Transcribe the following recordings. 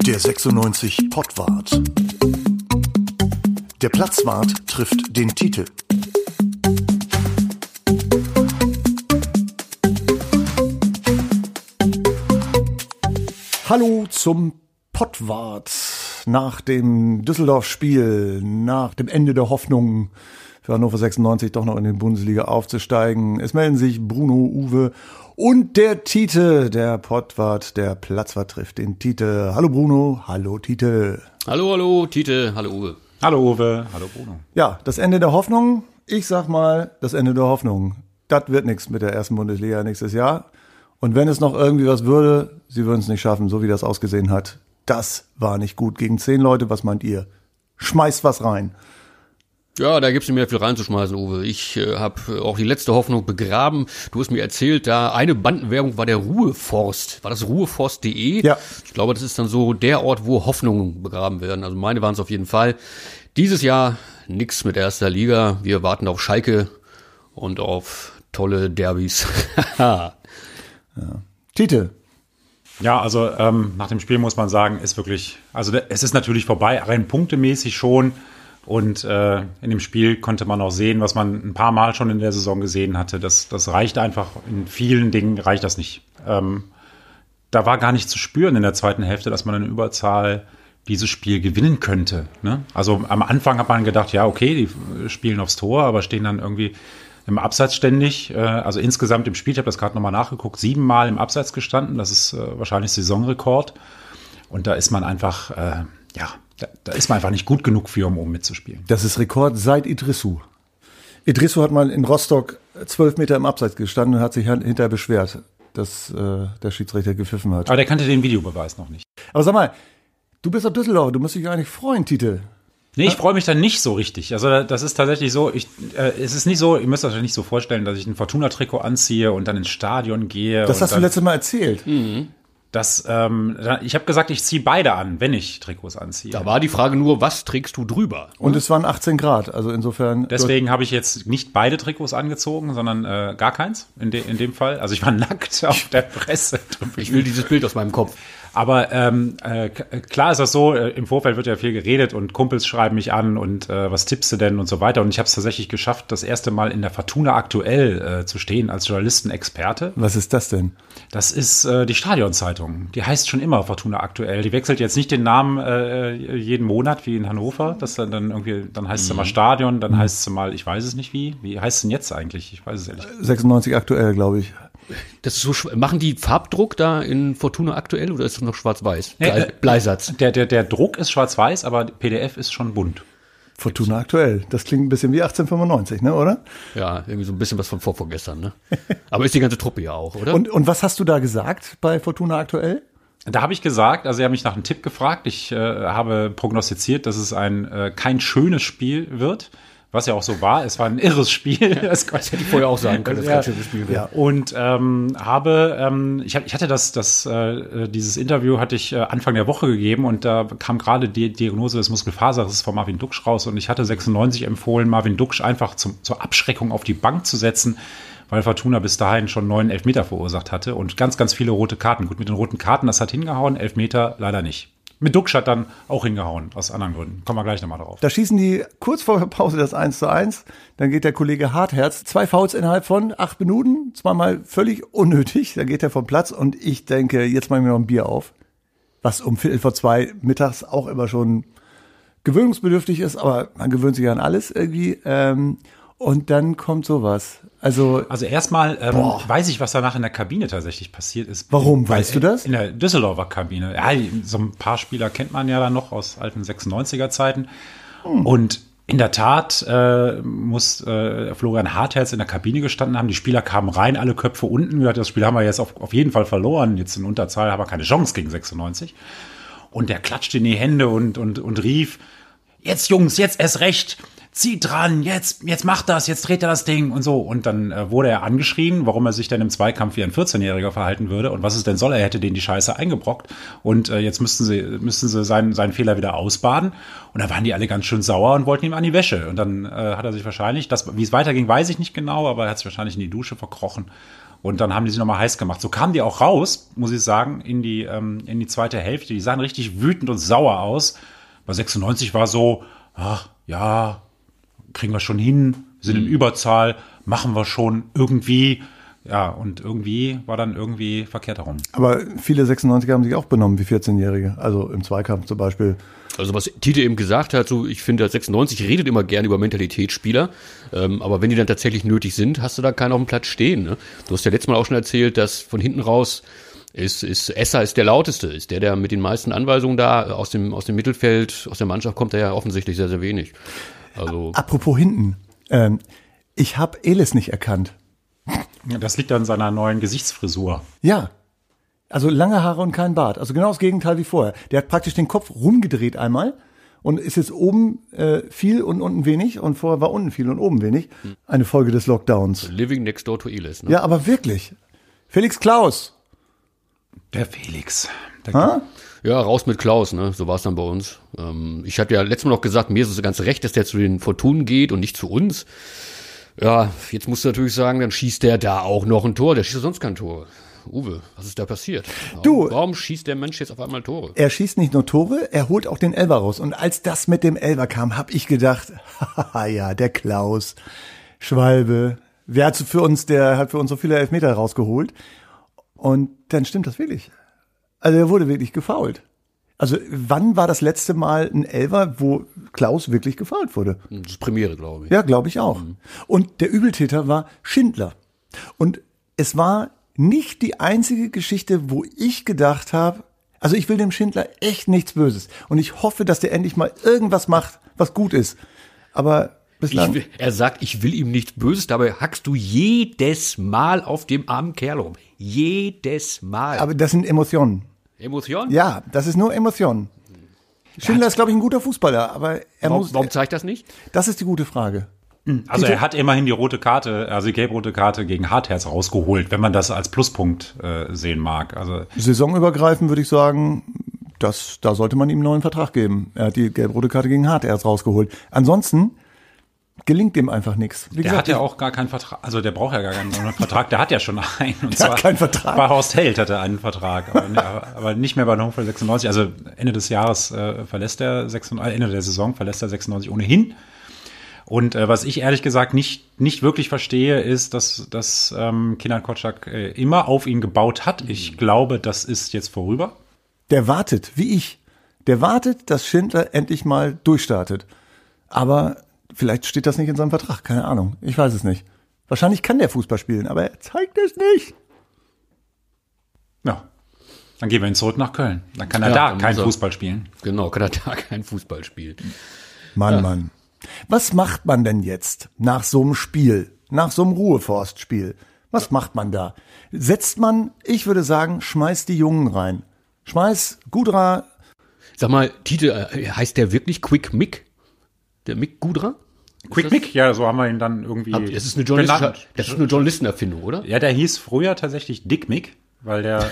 Der 96 Pottwart. Der Platzwart trifft den Titel. Hallo zum Pottwart. Nach dem Düsseldorf-Spiel, nach dem Ende der Hoffnung für Hannover 96 doch noch in die Bundesliga aufzusteigen. Es melden sich Bruno, Uwe und der Tite, der Pottwart, der Platzwart trifft den Tite. Hallo Bruno, hallo Tite. Hallo Tite, hallo Uwe. Hallo Uwe, hallo Bruno. Ja, das Ende der Hoffnung. Ich sag mal, das Ende der Hoffnung. Das wird nichts mit der ersten Bundesliga nächstes Jahr. Und wenn es noch irgendwie was würde, sie würden es nicht schaffen, so wie das ausgesehen hat. Das war nicht gut gegen 10 Leute. Was meint ihr? Schmeißt was rein. Ja, da gibt's nicht mehr viel reinzuschmeißen, Uwe. Ich habe auch die letzte Hoffnung begraben. Du hast mir erzählt, da eine Bandenwerbung war der Ruheforst. War das ruheforst.de? Ja. Ich glaube, das ist dann so der Ort, wo Hoffnungen begraben werden. Also meine waren es auf jeden Fall. Dieses Jahr nix mit erster Liga. Wir warten auf Schalke und auf tolle Derbys. Ja. Tite. Ja, also nach dem Spiel muss man sagen, ist wirklich, also es ist natürlich vorbei, rein punktemäßig schon. Und in dem Spiel konnte man auch sehen, was man ein paar Mal schon in der Saison gesehen hatte. Das reicht einfach, in vielen Dingen reicht das nicht. Da war gar nicht zu spüren in der zweiten Hälfte, dass man in Überzahl dieses Spiel gewinnen könnte. Ne? Also am Anfang hat man gedacht, ja okay, die spielen aufs Tor, aber stehen dann irgendwie im Abseits ständig. Also insgesamt im Spiel, ich habe das gerade nochmal nachgeguckt, 7 Mal im Abseits gestanden. Das ist wahrscheinlich Saisonrekord. Und da ist man einfach, da ist man einfach nicht gut genug für, um mitzuspielen. Das ist Rekord seit Idrissou. Idrissou hat mal in Rostock 12 Meter im Abseits gestanden und hat sich hinterher beschwert, dass der Schiedsrichter gepfiffen hat. Aber der kannte den Videobeweis noch nicht. Aber sag mal, du bist doch Düsseldorf, du musst dich eigentlich freuen, Tite. Nee, ich freue mich dann nicht so richtig. Also das ist tatsächlich so, es ist nicht so, ihr müsst euch nicht so vorstellen, dass ich ein Fortuna-Trikot anziehe und dann ins Stadion gehe. Das hast du letztes Mal erzählt. Mhm. Ich habe gesagt, ich ziehe beide an, wenn ich Trikots anziehe. Da war die Frage nur, was trägst du drüber? Und es waren 18 Grad, also insofern. Deswegen habe ich jetzt nicht beide Trikots angezogen, sondern gar keins in dem Fall. Also ich war nackt auf der Presse. Ich will dieses Bild aus meinem Kopf. Aber klar ist das so, im Vorfeld wird ja viel geredet und Kumpels schreiben mich an und was tippst du denn und so weiter. Und ich habe es tatsächlich geschafft, das erste Mal in der Fortuna Aktuell zu stehen als Journalistenexperte. Was ist das denn? Das ist die Stadionzeitung. Die heißt schon immer Fortuna Aktuell. Die wechselt jetzt nicht den Namen jeden Monat wie in Hannover. Das dann irgendwie, dann heißt sie mal Stadion, dann heißt sie mal, ich weiß es nicht wie. Wie heißt es denn jetzt eigentlich? Ich weiß es ehrlich. 96 Aktuell, glaube ich. Das ist so, machen die Farbdruck da in Fortuna Aktuell oder ist das noch schwarz-weiß? Bleisatz. Der Druck ist schwarz-weiß, aber PDF ist schon bunt. Fortuna Aktuell. Das klingt ein bisschen wie 1895, ne, oder? Ja, irgendwie so ein bisschen was von vorgestern, ne? Aber ist die ganze Truppe ja auch, oder? Und was hast du da gesagt bei Fortuna Aktuell? Da habe ich gesagt, also sie haben mich nach einem Tipp gefragt. Ich habe prognostiziert, dass es kein schönes Spiel wird. Was ja auch so war, es war ein irres Spiel. Das hätte ich vorher auch sagen können, dass es kein schönes Spiel wäre. Ja. Und ich hatte dieses Interview hatte ich Anfang der Woche gegeben und da kam gerade die Diagnose des Muskelfaserrisses von Marvin Duksch raus und ich hatte 96 empfohlen, Marvin Duksch einfach zur Abschreckung auf die Bank zu setzen, weil Fortuna bis dahin schon 9 Elfmeter verursacht hatte und ganz, ganz viele rote Karten. Gut, mit den roten Karten, das hat hingehauen, Elfmeter leider nicht. Mit Duksch hat dann auch hingehauen, aus anderen Gründen. Kommen wir gleich nochmal drauf. Da schießen die kurz vor der Pause das 1:1. Dann geht der Kollege Hartherz 2 Fouls innerhalb von 8 Minuten. Zweimal völlig unnötig. Dann geht er vom Platz und ich denke, jetzt mache ich mir noch ein Bier auf. Was um 1:45 mittags auch immer schon gewöhnungsbedürftig ist, aber man gewöhnt sich an alles irgendwie. Und dann kommt sowas. Also erstmal weiß ich, was danach in der Kabine tatsächlich passiert ist. Warum? Weißt du das? In der Düsseldorfer Kabine. Ja, so ein paar Spieler kennt man ja dann noch aus alten 96er Zeiten. Und in der Tat muss Florian Hartherz in der Kabine gestanden haben. Die Spieler kamen rein, alle Köpfe unten. Das Spiel haben wir jetzt auf jeden Fall verloren. Jetzt in Unterzahl haben wir keine Chance gegen 96. Und der klatschte in die Hände und rief, jetzt Jungs, jetzt erst recht. Zieht dran, jetzt macht das, jetzt dreht er das Ding und so. Und dann wurde er angeschrien, warum er sich denn im Zweikampf wie ein 14-Jähriger verhalten würde und was es denn soll. Er hätte denen die Scheiße eingebrockt und jetzt müssten sie seinen Fehler wieder ausbaden. Und da waren die alle ganz schön sauer und wollten ihm an die Wäsche. Und dann hat er sich wahrscheinlich, wie es weiterging, weiß ich nicht genau, aber er hat sich wahrscheinlich in die Dusche verkrochen Und dann haben die sich nochmal heiß gemacht. So kamen die auch raus, muss ich sagen, in die zweite Hälfte. Die sahen richtig wütend und sauer aus. Bei 96 war so, ach ja, kriegen wir schon hin, wir sind in Überzahl, machen wir schon irgendwie. Ja, und irgendwie war dann irgendwie verkehrt herum. Aber viele 96er haben sich auch benommen wie 14-Jährige. Also im Zweikampf zum Beispiel. Also was Tite eben gesagt hat, so ich finde, 96 redet immer gerne über Mentalitätsspieler, aber wenn die dann tatsächlich nötig sind, hast du da keinen auf dem Platz stehen. Ne? Du hast ja letztes Mal auch schon erzählt, dass von hinten raus Esser ist der lauteste, ist der mit den meisten Anweisungen da aus dem Mittelfeld, aus der Mannschaft kommt er ja offensichtlich sehr, sehr wenig. Also Apropos hinten, ich habe Elis nicht erkannt. Ja, das liegt an seiner neuen Gesichtsfrisur. Ja, also lange Haare und kein Bart. Also genau das Gegenteil wie vorher. Der hat praktisch den Kopf rumgedreht einmal und ist jetzt oben viel und unten wenig und vorher war unten viel und oben wenig. Eine Folge des Lockdowns. Living next door to Elis. Ne? Ja, aber wirklich. Felix Klaus. Der Felix. Ja, raus mit Klaus, ne? So war es dann bei uns. Ich hatte ja letztes Mal noch gesagt, mir ist es ganz recht, dass der zu den Fortunen geht und nicht zu uns. Ja, jetzt musst du natürlich sagen, dann schießt der da auch noch ein Tor. Der schießt sonst kein Tor. Uwe, was ist da passiert? Warum schießt der Mensch jetzt auf einmal Tore? Er schießt nicht nur Tore, er holt auch den Elfer raus. Und als das mit dem Elfer kam, habe ich gedacht, haha, ja, der Klaus, Schwalbe, der hat für uns so viele Elfmeter rausgeholt. Und dann stimmt das wirklich. Also er wurde wirklich gefoult. Also wann war das letzte Mal ein Elfer, wo Klaus wirklich gefoult wurde? Das ist Premiere, glaube ich. Ja, glaube ich auch. Und der Übeltäter war Schindler. Und es war nicht die einzige Geschichte, wo ich gedacht habe, also ich will dem Schindler echt nichts Böses. Und ich hoffe, dass der endlich mal irgendwas macht, was gut ist. Aber bislang... Er sagt, ich will ihm nichts Böses, dabei hackst du jedes Mal auf dem armen Kerl rum. Jedes Mal. Aber das sind Emotionen. Emotionen? Ja, das ist nur Emotionen. Schindler ist, glaube ich, ein guter Fußballer, aber Warum zeigt das nicht? Das ist die gute Frage. Also er hat immerhin die rote Karte, also die gelb-rote Karte gegen Hartherz rausgeholt, wenn man das als Pluspunkt sehen mag. Also saisonübergreifend würde ich sagen, da sollte man ihm einen neuen Vertrag geben. Er hat die gelb-rote Karte gegen Hartherz rausgeholt. Ansonsten gelingt dem einfach nichts. Der hat ja auch gar keinen Vertrag, also der braucht ja gar keinen neuen Vertrag, der hat ja schon einen. Und der hat keinen Vertrag. Bei Horst Held hat er einen Vertrag, aber nicht mehr bei Hannover 96. Also Ende des Jahres Ende der Saison verlässt er 96 ohnehin. Und was ich ehrlich gesagt nicht wirklich verstehe, ist, dass Kenan Kotschak immer auf ihn gebaut hat. Ich glaube, das ist jetzt vorüber. Der wartet, wie ich. Der wartet, dass Schindler endlich mal durchstartet. Aber vielleicht steht das nicht in seinem Vertrag, keine Ahnung. Ich weiß es nicht. Wahrscheinlich kann der Fußball spielen, aber er zeigt es nicht. Ja, dann gehen wir ihn zurück nach Köln. Dann kann er da keinen Fußball spielen. Genau, kann er da keinen Fußball spielen. Mann. Was macht man denn jetzt nach so einem Spiel, nach so einem Ruheforstspiel? Was macht man da? Setzt man, ich würde sagen, schmeißt die Jungen rein. Schmeiß Gudra. Sag mal, Tite, heißt der wirklich Quick Mick? Der Mick Gudra? Quick Mick, ja, so haben wir ihn dann irgendwie das ist eine Journalistenerfindung, oder? Ja, der hieß früher tatsächlich Dick Mick, weil der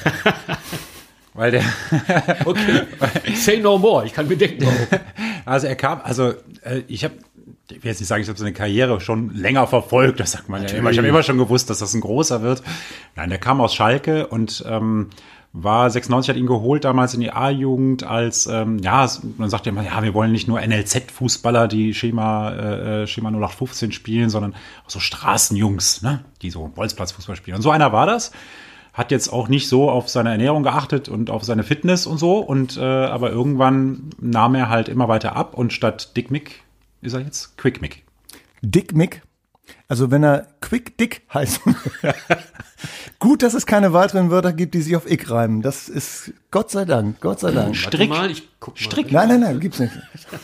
okay. Say no more, ich kann mir denken. Also ich will jetzt nicht sagen, ich habe seine Karriere schon länger verfolgt, das sagt man ja immer. Ich habe immer schon gewusst, dass das ein großer wird. Nein, der kam aus Schalke und war 96, hat ihn geholt damals in die A-Jugend als, man sagt ja immer, ja, wir wollen nicht nur NLZ-Fußballer, die Schema 0815 spielen, sondern auch so Straßenjungs, ne, die so Bolzplatzfußball spielen. Und so einer war das. Hat jetzt auch nicht so auf seine Ernährung geachtet und auf seine Fitness und so. Und aber irgendwann nahm er halt immer weiter ab und statt Dick Mick ist er jetzt Quick Mick. Dick Mick? Also wenn er Quick Dick heißt. Gut, dass es keine weiteren Wörter gibt, die sich auf Ick reimen. Das ist Gott sei Dank. Strick. Mal, ich guck mal. Strick. Nein, gibt's nicht.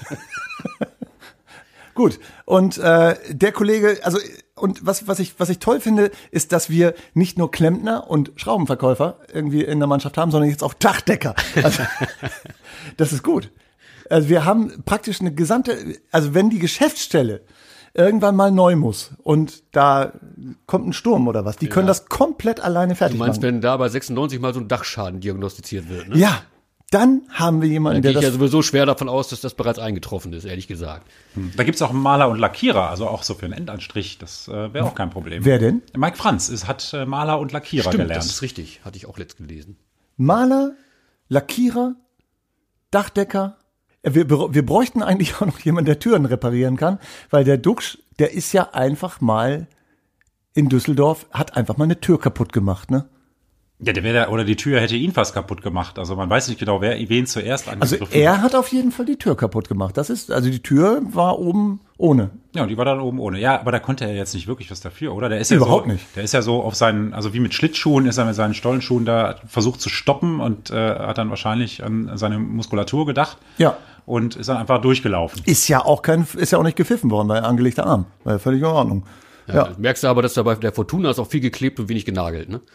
Gut. Und der Kollege, also und was ich toll finde, ist, dass wir nicht nur Klempner und Schraubenverkäufer irgendwie in der Mannschaft haben, sondern jetzt auch Dachdecker. Also, das ist gut. Also wir haben praktisch eine gesamte, also wenn die Geschäftsstelle irgendwann mal neu muss und da kommt ein Sturm oder was, die können das komplett alleine fertig machen. Du meinst, wenn da bei 96 mal so ein Dachschaden diagnostiziert wird, ne? Ja, Dann haben wir jemanden, Da der gehe ich ja das... sowieso schwer davon aus, dass das bereits eingetroffen ist, ehrlich gesagt. Da gibt's auch einen Maler und Lackierer, also auch so für einen Endanstrich. Das wäre auch kein Problem. Wer denn? Mike Franz hat Maler und Lackierer Stimmt, gelernt. das ist richtig. Hatte ich auch letzt gelesen. Maler, Lackierer, Dachdecker. Wir bräuchten eigentlich auch noch jemanden, der Türen reparieren kann, weil der Duxch, der ist ja einfach mal in Düsseldorf, hat einfach mal eine Tür kaputt gemacht, ne? Ja, oder die Tür hätte ihn fast kaputt gemacht. Also man weiß nicht genau, wen zuerst Also angegriffen hat. er hat auf jeden Fall die Tür kaputt gemacht. Also die Tür war oben ohne. Ja, und die war dann oben ohne. Ja, aber da konnte er jetzt nicht wirklich was dafür, oder? Der ist Überhaupt ja so, nicht. Der ist ja so auf seinen, also wie mit Schlittschuhen, ist er mit seinen Stollenschuhen da versucht zu stoppen und hat dann wahrscheinlich an seine Muskulatur gedacht. Ja. Und ist dann einfach durchgelaufen. Ist ja auch nicht gepfiffen worden, weil angelegter Arm. War ja völlig in Ordnung. Ja. Merkst du aber, dass da bei der Fortuna ist auch viel geklebt und wenig genagelt, ne?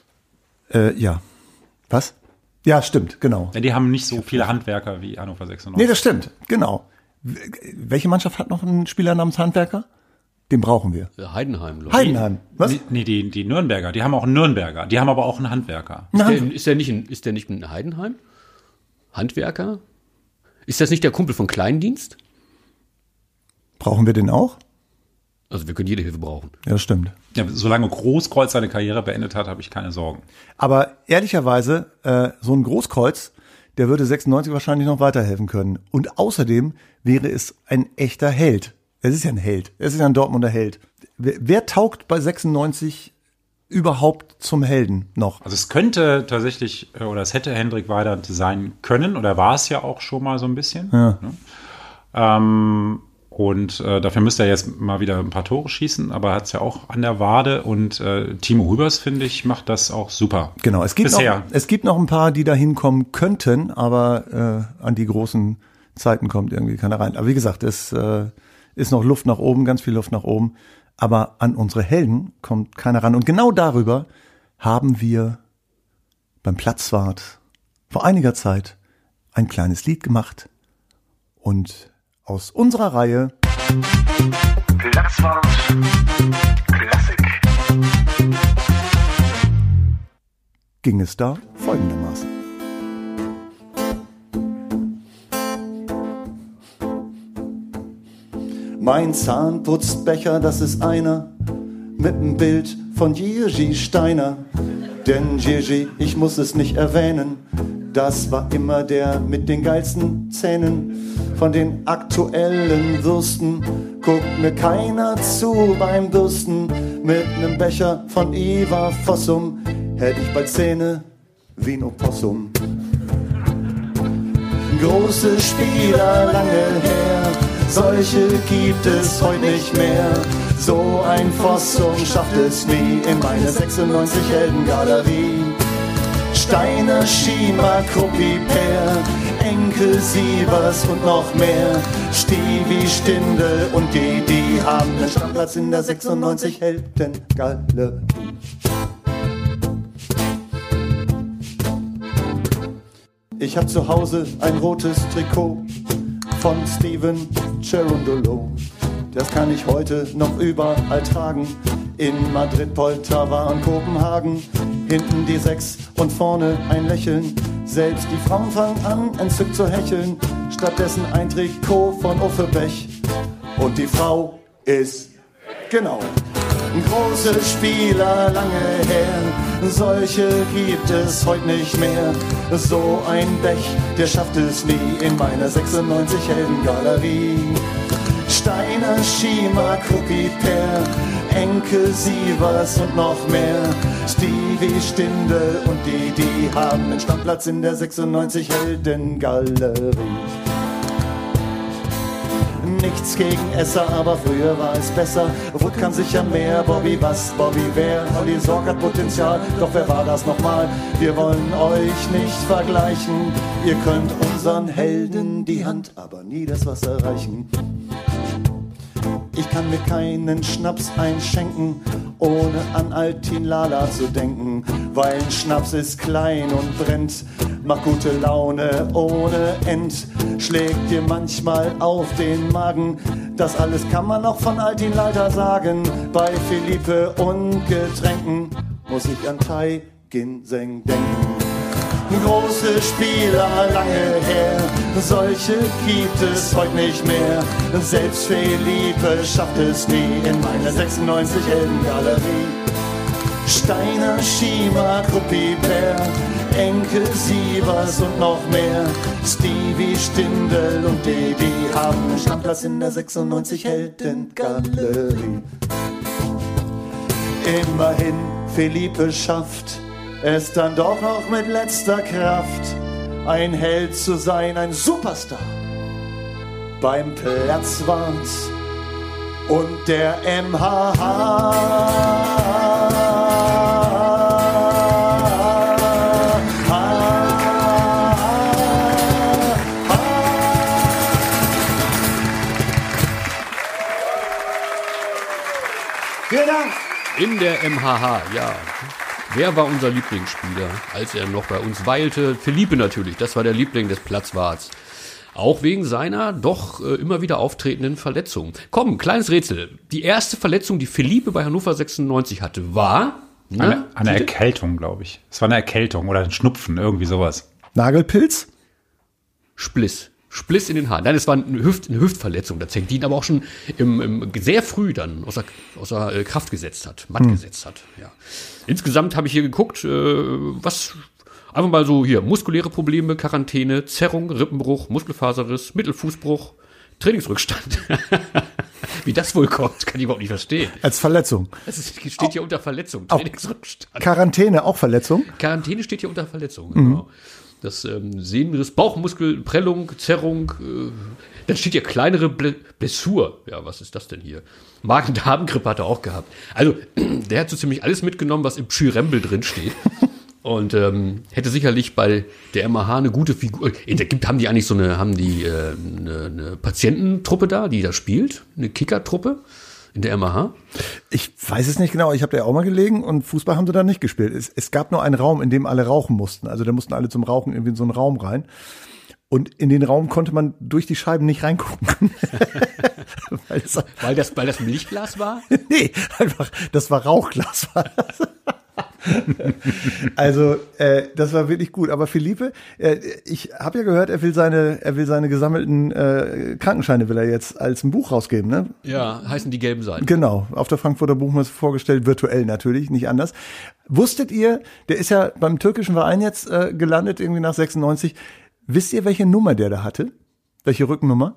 Ja. Was? Ja, stimmt, genau. Ja, die haben nicht so viele Handwerker wie Hannover 96. Nee, das stimmt, genau. Welche Mannschaft hat noch einen Spieler namens Handwerker? Den brauchen wir. Heidenheim, glaube ich. Heidenheim. Was? Nee, die Nürnberger, die haben auch einen Nürnberger, die haben aber auch einen Handwerker. Ist der nicht in Heidenheim? Handwerker? Ist das nicht der Kumpel von Kleindienst? Brauchen wir den auch? Also wir können jede Hilfe brauchen. Ja, das stimmt. Ja, solange Großkreuz seine Karriere beendet hat, habe ich keine Sorgen. Aber ehrlicherweise, so ein Großkreuz, der würde 96 wahrscheinlich noch weiterhelfen können. Und außerdem wäre es ein echter Held. Es ist ja ein Held. Es ist ja ein Dortmunder Held. Wer taugt bei 96 überhaupt zum Helden noch? Also es könnte tatsächlich, oder es hätte Hendrik Weidand sein können, oder war es ja auch schon mal so ein bisschen. Ja. Ne? Und dafür müsste er jetzt mal wieder ein paar Tore schießen, aber er hat es ja auch an der Wade. Und Timo Hübers, finde ich, macht das auch super. Genau, es gibt noch ein paar, die da hinkommen könnten, aber an die großen Zeiten kommt irgendwie keiner rein. Aber wie gesagt, es ist noch Luft nach oben, ganz viel Luft nach oben. Aber an unsere Helden kommt keiner ran. Und genau darüber haben wir beim Platzwart vor einiger Zeit ein kleines Lied gemacht. Und aus unserer Reihe Platzwart Klassik ging es da folgendermaßen. Mein Zahnputzbecher, das ist einer mit einem Bild von Jiří Steiner. Denn Jiří, ich muss es nicht erwähnen, das war immer der mit den geilsten Zähnen. Von den aktuellen Würsten guckt mir keiner zu beim Bürsten. Mit nem Becher von Ivar Fossum hätte ich bald Zähne wie ein Opossum. Große Spieler lange her, solche gibt es heute nicht mehr. So ein Fossum schafft es nie in meine 96 Heldengalerie. Steiner, Schiemer, Kruppi, Per, Enkel, Sievers und noch mehr. Stevie, Stindl und die haben einen Stammplatz in der 96 Heldengalerie. Ich hab zu Hause ein rotes Trikot von Steven Cherundolo. Das kann ich heute noch überall tragen. In Madrid, Poltava und Kopenhagen. Hinten die 6 und vorne ein Lächeln. Selbst die Frauen fangen an, entzückt zu hecheln. Stattdessen ein Trikot von Uffe Bech. Und die Frau ist, genau, große Spieler lange her. Solche gibt es heute nicht mehr. So ein Bech, der schafft es nie in meiner 96 Heldengalerie. Steiner, Schiemer, Kruppi, Per, Enkel, Sievers und noch mehr. Stevie, Stindl und die haben einen Stammplatz in der 96 Heldengalerie. Nichts gegen Esser, aber früher war es besser. Wood kann sicher mehr, Bobby was, Bobby wer. Olli Sorg hat Potenzial, doch wer war das nochmal? Wir wollen euch nicht vergleichen. Ihr könnt unseren Helden die Hand, aber nie das Wasser reichen. Ich kann mir keinen Schnaps einschenken, ohne an Altin Lala zu denken. Weil ein Schnaps ist klein und brennt, macht gute Laune ohne End. Schlägt dir manchmal auf den Magen, das alles kann man auch von Altin Lala sagen. Bei Philippe und Getränken muss ich an Tai Ginseng denken. Große Spieler lange her, solche gibt es heute nicht mehr. Selbst Felipe schafft es nie in meiner 96 Heldengalerie. Steiner, Schiemer, Kruppi, Bär, Enke, Sievers und noch mehr. Stevie, Stindl und Dedi haben einen Stammplatz in der 96 Heldengalerie. Immerhin, Felipe schafft es dann doch noch mit letzter Kraft, ein Held zu sein, ein Superstar. Beim Platzwart und der MHH. Vielen Dank. In der MHH, ja. Wer war unser Lieblingsspieler, als er noch bei uns weilte? Felipe natürlich, das war der Liebling des Platzwarts. Auch wegen seiner doch immer wieder auftretenden Verletzungen. Komm, kleines Rätsel. Die erste Verletzung, die Felipe bei Hannover 96 hatte, war... Eine Erkältung, glaube ich. Es war eine Erkältung oder ein Schnupfen, irgendwie sowas. Nagelpilz? Spliss in den Haaren. Nein, es war eine Hüftverletzung. Da Zengin aber auch schon sehr früh dann außer Kraft gesetzt hat, matt gesetzt hat. Ja. Insgesamt habe ich hier geguckt, was einfach mal so hier: muskuläre Probleme, Quarantäne, Zerrung, Rippenbruch, Muskelfaserriss, Mittelfußbruch, Trainingsrückstand. Wie das wohl kommt, kann ich überhaupt nicht verstehen. Als Verletzung. Das steht hier unter Verletzung, Trainingsrückstand. Quarantäne auch Verletzung? Quarantäne steht hier unter Verletzung, genau. Das Sehnenriss, Bauchmuskel, Prellung, Zerrung, dann steht hier kleinere Blessur. Ja, was ist das denn hier? Magen-Darm-Grippe hat er auch gehabt. Also, der hat so ziemlich alles mitgenommen, was im Pschyrembel drin steht. Und hätte sicherlich bei der MHH eine gute Figur. Haben die eigentlich eine Patiententruppe da, die da spielt? Eine Kickertruppe in der MHH? Ich weiß es nicht genau. Ich habe da ja auch mal gelegen und Fußball haben sie da nicht gespielt. Es gab nur einen Raum, in dem alle rauchen mussten. Also da mussten alle zum Rauchen irgendwie in so einen Raum rein. Und in den Raum konnte man durch die Scheiben nicht reingucken. Weil das Milchglas war? Nee, einfach, das war Rauchglas. Also, das war wirklich gut. Aber Felipe, ich habe ja gehört, er will seine gesammelten Krankenscheine will er jetzt als ein Buch rausgeben, ne? Ja, heißen die gelben Seiten. Genau, auf der Frankfurter Buchmesse vorgestellt, virtuell natürlich, nicht anders. Wusstet ihr, der ist ja beim türkischen Verein jetzt gelandet, irgendwie nach 96. Wisst ihr, welche Nummer der da hatte? Welche Rückennummer?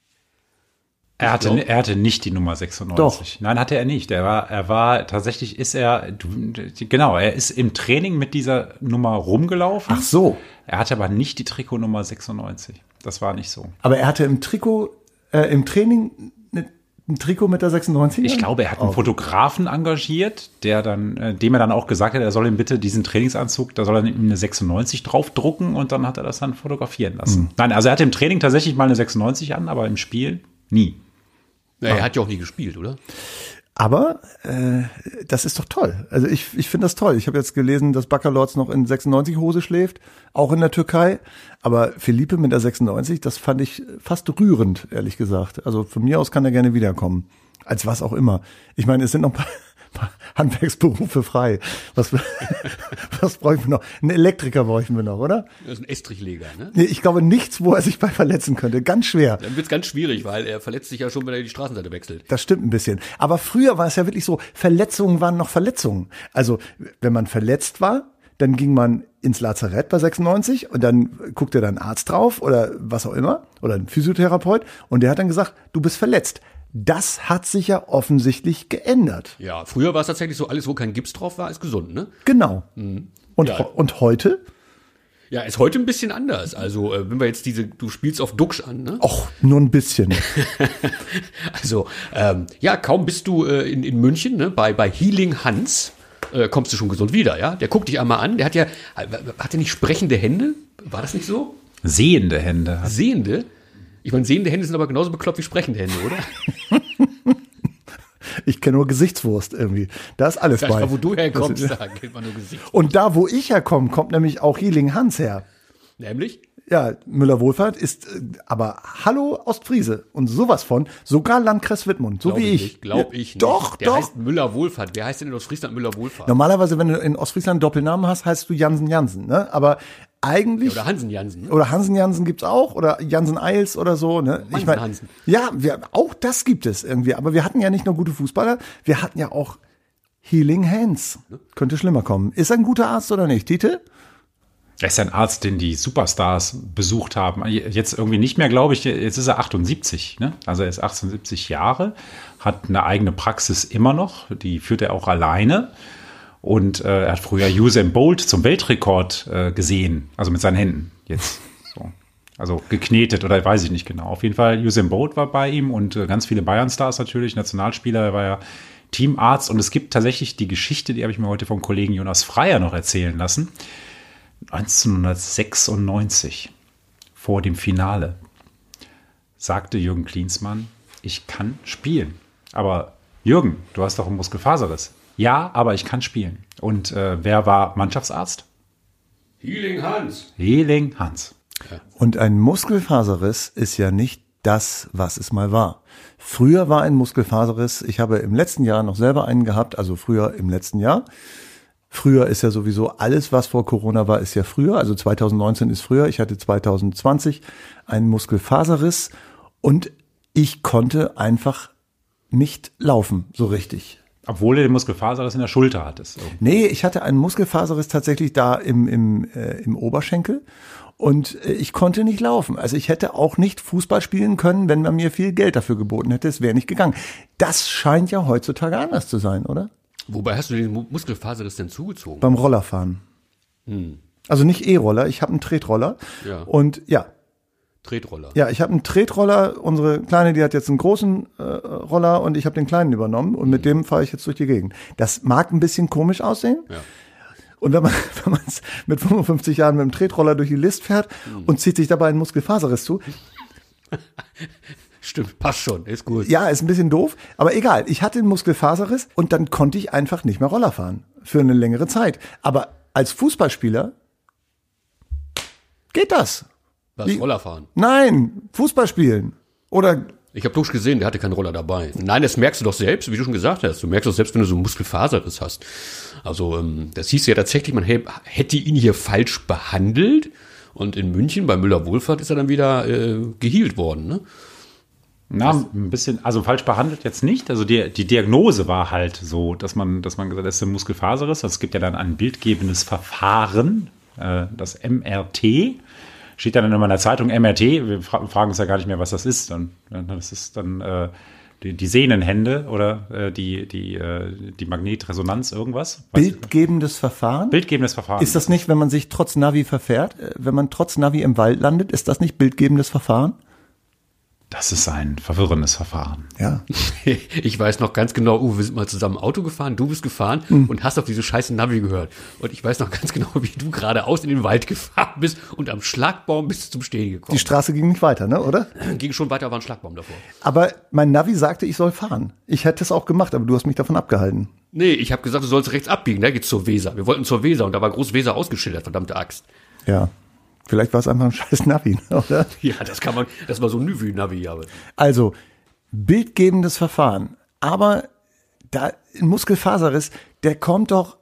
Er hatte nicht die Nummer 96. Doch. Nein, hatte er nicht. Er war tatsächlich er ist im Training mit dieser Nummer rumgelaufen. Ach so. Er hatte aber nicht die Trikotnummer 96. Das war nicht so. Aber er hatte im Training ein Trikot mit der 96? Ich glaube, er hat einen Fotografen engagiert, dem er dann auch gesagt hat, er soll ihm bitte diesen Trainingsanzug, da soll er ihm eine 96 draufdrucken und dann hat er das dann fotografieren lassen. Nein, also er hatte im Training tatsächlich mal eine 96 an, aber im Spiel nie. Ja, er hat ja auch nie gespielt, oder? Aber das ist doch toll. Also ich finde das toll. Ich habe jetzt gelesen, dass Baccalords noch in 96 Hose schläft, auch in der Türkei. Aber Felipe mit der 96, das fand ich fast rührend, ehrlich gesagt. Also von mir aus kann er gerne wiederkommen. Als was auch immer. Ich meine, es sind noch ein paar Handwerksberufe frei. Was bräuchten wir noch? Einen Elektriker bräuchten wir noch, oder? Das ist ein Estrichleger, ne? Nee, ich glaube nichts, wo er sich bei verletzen könnte. Ganz schwer. Dann wird's ganz schwierig, weil er verletzt sich ja schon, wenn er die Straßenseite wechselt. Das stimmt ein bisschen. Aber früher war es ja wirklich so, Verletzungen waren noch Verletzungen. Also, wenn man verletzt war, dann ging man ins Lazarett bei 96 und dann guckte da ein Arzt drauf oder was auch immer oder ein Physiotherapeut und der hat dann gesagt, du bist verletzt. Das hat sich ja offensichtlich geändert. Ja, früher war es tatsächlich so, alles, wo kein Gips drauf war, ist gesund, ne? Genau. Und, Ja. und heute? Ja, ist heute ein bisschen anders. Also, wenn wir jetzt du spielst auf Duxch an, ne? Och, nur ein bisschen. Also, ja, kaum bist du in München, ne? Bei Healing Hans kommst du schon gesund wieder, ja? Der guckt dich einmal an. Der hat er nicht sprechende Hände? War das nicht so? Sehende Hände. Sehende? Ich meine, sehende Hände sind aber genauso bekloppt wie sprechende Hände, oder? Ich kenne nur Gesichtswurst irgendwie. Da ist alles bei. Wo du herkommst, da kennt man nur Gesicht. Und da, wo ich herkomme, kommt nämlich auch Healing Hans her. Nämlich? Ja, Müller-Wohlfahrt ist aber Hallo Ostfriese und sowas von, sogar Landkreis Wittmund, so wie ich. Glaube ich nicht. Doch, Der doch. heißt Müller-Wohlfahrt. Wer heißt denn in Ostfriesland Müller-Wohlfahrt? Normalerweise, wenn du in Ostfriesland einen Doppelnamen hast, heißt du Jansen, ne? Aber eigentlich. Oder Hansen Jansen. Ne? Oder Hansen Jansen gibt's auch. Oder Jansen Eils oder so. Ne? Ich mein, Hansen. ja, auch das gibt es irgendwie. Aber wir hatten ja nicht nur gute Fußballer, wir hatten ja auch Healing Hands. Könnte schlimmer kommen. Ist er ein guter Arzt oder nicht, Tite? Er ist ein Arzt, den die Superstars besucht haben. Jetzt irgendwie nicht mehr, glaube ich. Jetzt ist er 78. Ne? Also er ist 78 Jahre, hat eine eigene Praxis immer noch. Die führt er auch alleine. Und er hat früher Usain Bolt zum Weltrekord gesehen. Also mit seinen Händen jetzt. So. Also geknetet oder weiß ich nicht genau. Auf jeden Fall Usain Bolt war bei ihm und ganz viele Bayern-Stars natürlich, Nationalspieler. Er war ja Teamarzt. Und es gibt tatsächlich die Geschichte, die habe ich mir heute vom Kollegen Jonas Freier noch erzählen lassen. 1996, vor dem Finale, sagte Jürgen Klinsmann, ich kann spielen. Aber Jürgen, du hast doch einen Muskelfaserriss. Ja, aber ich kann spielen. Und wer war Mannschaftsarzt? Healing Hans. Healing Hans. Und ein Muskelfaserriss ist ja nicht das, was es mal war. Früher war ein Muskelfaserriss, ich habe im letzten Jahr noch selber einen gehabt, also früher im letzten Jahr. Früher ist ja sowieso alles, was vor Corona war, ist ja früher. Also 2019 ist früher. Ich hatte 2020 einen Muskelfaserriss und ich konnte einfach nicht laufen, so richtig. Obwohl du den Muskelfaserriss in der Schulter hattest. Nee, ich hatte einen Muskelfaserriss tatsächlich da im Oberschenkel und ich konnte nicht laufen. Also ich hätte auch nicht Fußball spielen können, wenn man mir viel Geld dafür geboten hätte. Es wäre nicht gegangen. Das scheint ja heutzutage anders zu sein, oder? Wobei hast du den Muskelfaserriss denn zugezogen? Beim Rollerfahren. Also nicht E-Roller, ich habe einen Tretroller. Ja. Und ja. Tretroller. Ja, ich habe einen Tretroller. Unsere Kleine, die hat jetzt einen großen Roller und ich habe den kleinen übernommen und mit dem fahre ich jetzt durch die Gegend. Das mag ein bisschen komisch aussehen. Ja. Und wenn man es mit 55 Jahren mit dem Tretroller durch die List fährt und zieht sich dabei einen Muskelfaserriss zu. Stimmt, passt schon, ist gut. Ja, ist ein bisschen doof, aber egal. Ich hatte einen Muskelfaserriss und dann konnte ich einfach nicht mehr Roller fahren. Für eine längere Zeit. Aber als Fußballspieler geht das. Was, Roller fahren? Nein, Fußball spielen. Oder Ich habe Dusch gesehen, der hatte keinen Roller dabei. Nein, das merkst du doch selbst, wie du schon gesagt hast. Du merkst doch selbst, wenn du so einen Muskelfaserriss hast. Also das hieß ja tatsächlich, man hätte ihn hier falsch behandelt. Und in München bei Müller-Wohlfahrt ist er dann wieder gehealt worden, ne? Na, ein bisschen, also falsch behandelt jetzt nicht. Also die Diagnose war halt so, dass man gesagt hat, das ist ein Muskelfaserriss. Also es gibt ja dann ein bildgebendes Verfahren, das MRT. Steht dann immer in der Zeitung MRT. Wir fragen uns ja gar nicht mehr, was das ist. Das ist dann die Sehnenhände oder die Magnetresonanz, irgendwas. bildgebendes Verfahren? Bildgebendes Verfahren. Ist das nicht, wenn man sich trotz Navi verfährt, wenn man trotz Navi im Wald landet, ist das nicht bildgebendes Verfahren? Das ist ein verwirrendes Verfahren. Ja. Ich weiß noch ganz genau, Uwe, wir sind mal zusammen Auto gefahren, du bist gefahren und hast auf diese scheiße Navi gehört. Und ich weiß noch ganz genau, wie du geradeaus in den Wald gefahren bist und am Schlagbaum bist du zum Stehen gekommen. Die Straße ging nicht weiter, ne, oder? Ging schon weiter, war ein Schlagbaum davor. Aber mein Navi sagte, ich soll fahren. Ich hätte es auch gemacht, aber du hast mich davon abgehalten. Nee, ich habe gesagt, du sollst rechts abbiegen, da geht's zur Weser. Wir wollten zur Weser und da war groß Weser ausgeschildert, verdammte Axt. Ja. Vielleicht war es einfach ein scheiß Navi, oder? Ja, das war so ein Nüvi-Navi, aber. Also, bildgebendes Verfahren. Aber da ein Muskelfaserriss, der kommt doch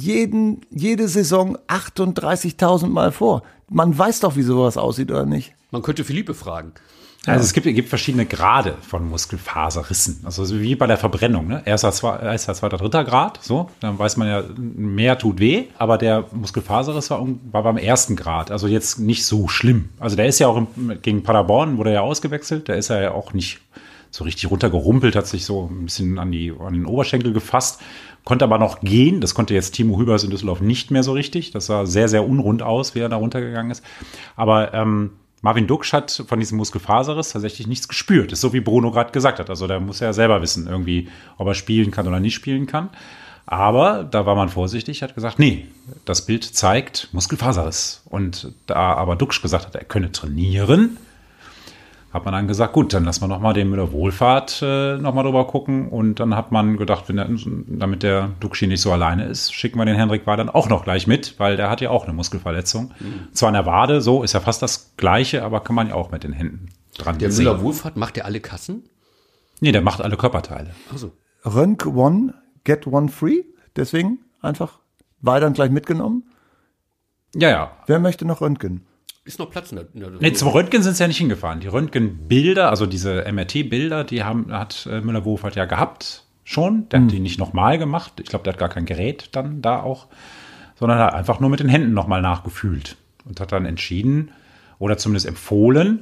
jede Saison 38.000 Mal vor. Man weiß doch, wie sowas aussieht, oder nicht? Man könnte Philippe fragen. Also es gibt verschiedene Grade von Muskelfaserrissen. Also so wie bei der Verbrennung. Ne? Erster, zweiter, dritter Grad. So, dann weiß man ja, mehr tut weh. Aber der Muskelfaserriss war beim ersten Grad. Also jetzt nicht so schlimm. Also der ist ja auch gegen Paderborn, wurde er ja ausgewechselt. Der ist ja auch nicht so richtig runtergerumpelt, hat sich so ein bisschen an den Oberschenkel gefasst. Konnte aber noch gehen. Das konnte jetzt Timo Hübers in Düsseldorf nicht mehr so richtig. Das sah sehr, sehr unrund aus, wie er da runtergegangen ist. Aber Marvin Duksch hat von diesem Muskelfaserriss tatsächlich nichts gespürt. Das ist so, wie Bruno gerade gesagt hat. Also da muss er ja selber wissen, irgendwie, ob er spielen kann oder nicht spielen kann. Aber da war man vorsichtig, hat gesagt, nee, das Bild zeigt Muskelfaserriss. Und da aber Duksch gesagt hat, er könne trainieren, hat man dann gesagt, gut, dann lassen wir nochmal den Müller-Wohlfahrt nochmal drüber gucken. Und dann hat man gedacht, damit der Duxchi nicht so alleine ist, schicken wir den Henrik Wahr dann auch noch gleich mit, weil der hat ja auch eine Muskelverletzung. Zwar an der Wade, so ist ja fast das Gleiche, aber kann man ja auch mit den Händen dran Der sehen. Müller-Wohlfahrt, macht der alle Kassen? Nee, der macht alle Körperteile. Also. Rönk one, get one free. Deswegen einfach Wahl dann gleich mitgenommen. Ja. Wer möchte noch Röntgen? Ist noch Platz in der Nee, zum Röntgen sind sie ja nicht hingefahren. Die Röntgenbilder, also diese MRT-Bilder, hat Müller-Wohlfahrt ja gehabt schon. Der hat die nicht nochmal gemacht. Ich glaube, der hat gar kein Gerät dann da auch, sondern hat einfach nur mit den Händen nochmal nachgefühlt und hat dann entschieden oder zumindest empfohlen,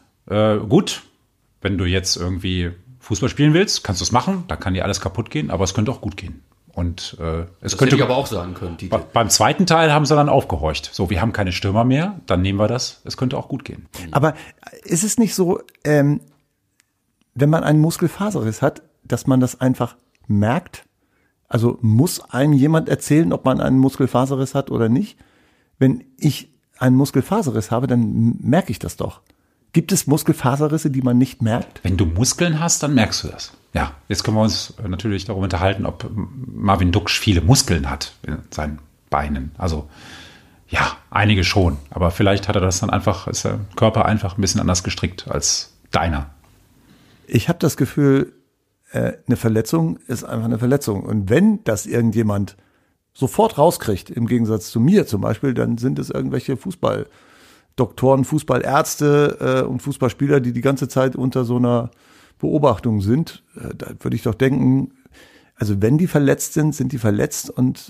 gut, wenn du jetzt irgendwie Fußball spielen willst, kannst du es machen, dann kann dir alles kaputt gehen, aber es könnte auch gut gehen. Und das könnte ich aber auch sagen können. Beim zweiten Teil haben sie dann aufgehorcht. So, wir haben keine Stürmer mehr, dann nehmen wir das. Es könnte auch gut gehen. Aber ist es nicht so, wenn man einen Muskelfaserriss hat, dass man das einfach merkt? Also muss einem jemand erzählen, ob man einen Muskelfaserriss hat oder nicht? Wenn ich einen Muskelfaserriss habe, dann merke ich das doch. Gibt es Muskelfaserrisse, die man nicht merkt? Wenn du Muskeln hast, dann merkst du das. Ja, jetzt können wir uns natürlich darüber unterhalten, ob Marvin Duksch viele Muskeln hat in seinen Beinen. Also ja, einige schon. Aber vielleicht hat er das dann einfach, ist der Körper einfach ein bisschen anders gestrickt als deiner. Ich habe das Gefühl, eine Verletzung ist einfach eine Verletzung. Und wenn das irgendjemand sofort rauskriegt, im Gegensatz zu mir zum Beispiel, dann sind es irgendwelche Fußballdoktoren, Fußballärzte und Fußballspieler, die ganze Zeit unter so einer Beobachtung sind. Da würde ich doch denken, also wenn die verletzt sind, sind die verletzt. Und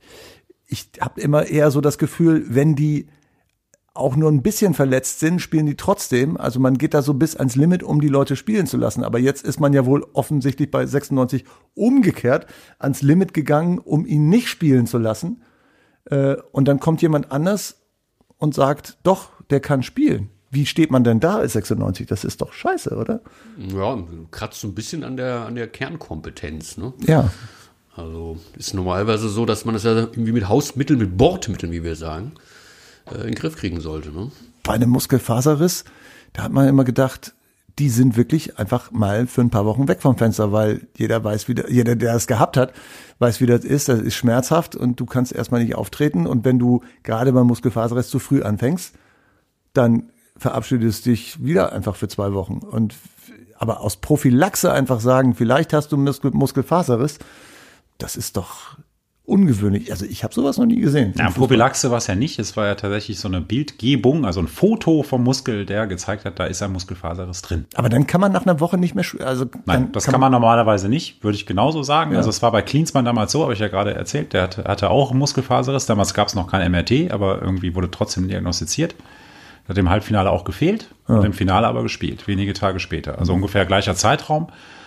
ich habe immer eher so das Gefühl, wenn die auch nur ein bisschen verletzt sind, spielen die trotzdem. Also man geht da so bis ans Limit, um die Leute spielen zu lassen. Aber jetzt ist man ja wohl offensichtlich bei 96 umgekehrt ans Limit gegangen, um ihn nicht spielen zu lassen. Und dann kommt jemand anders und sagt, doch, der kann spielen. Wie steht man denn da als 96? Das ist doch scheiße, oder? Ja, kratzt so ein bisschen an der Kernkompetenz, ne? Ja. Also ist normalerweise so, dass man das ja irgendwie mit Hausmitteln, mit Bordmitteln, wie wir sagen, in den Griff kriegen sollte, ne? Bei einem Muskelfaserriss, da hat man immer gedacht, die sind wirklich einfach mal für ein paar Wochen weg vom Fenster, weil jeder, der das gehabt hat, weiß, wie das ist schmerzhaft und du kannst erstmal nicht auftreten. Und wenn du gerade beim Muskelfaserriss zu früh anfängst, dann verabschiedest dich wieder einfach für 2 Wochen. Aber aus Prophylaxe einfach sagen, vielleicht hast du Muskelfaserriss, das ist doch ungewöhnlich. Also ich habe sowas noch nie gesehen. Ja, Prophylaxe war es ja nicht. Es war ja tatsächlich so eine Bildgebung, also ein Foto vom Muskel, der gezeigt hat, da ist ein Muskelfaserriss drin. Aber dann kann man nach einer Woche nicht mehr Nein, das kann man normalerweise nicht, würde ich genauso sagen. Ja. Also es war bei Klinsmann damals so, habe ich ja gerade erzählt, der hatte auch einen Muskelfaserriss. Damals gab es noch kein MRT, aber irgendwie wurde trotzdem diagnostiziert. Hat im Halbfinale auch gefehlt und im Finale aber gespielt, wenige Tage später. Also ungefähr gleicher Zeitraum.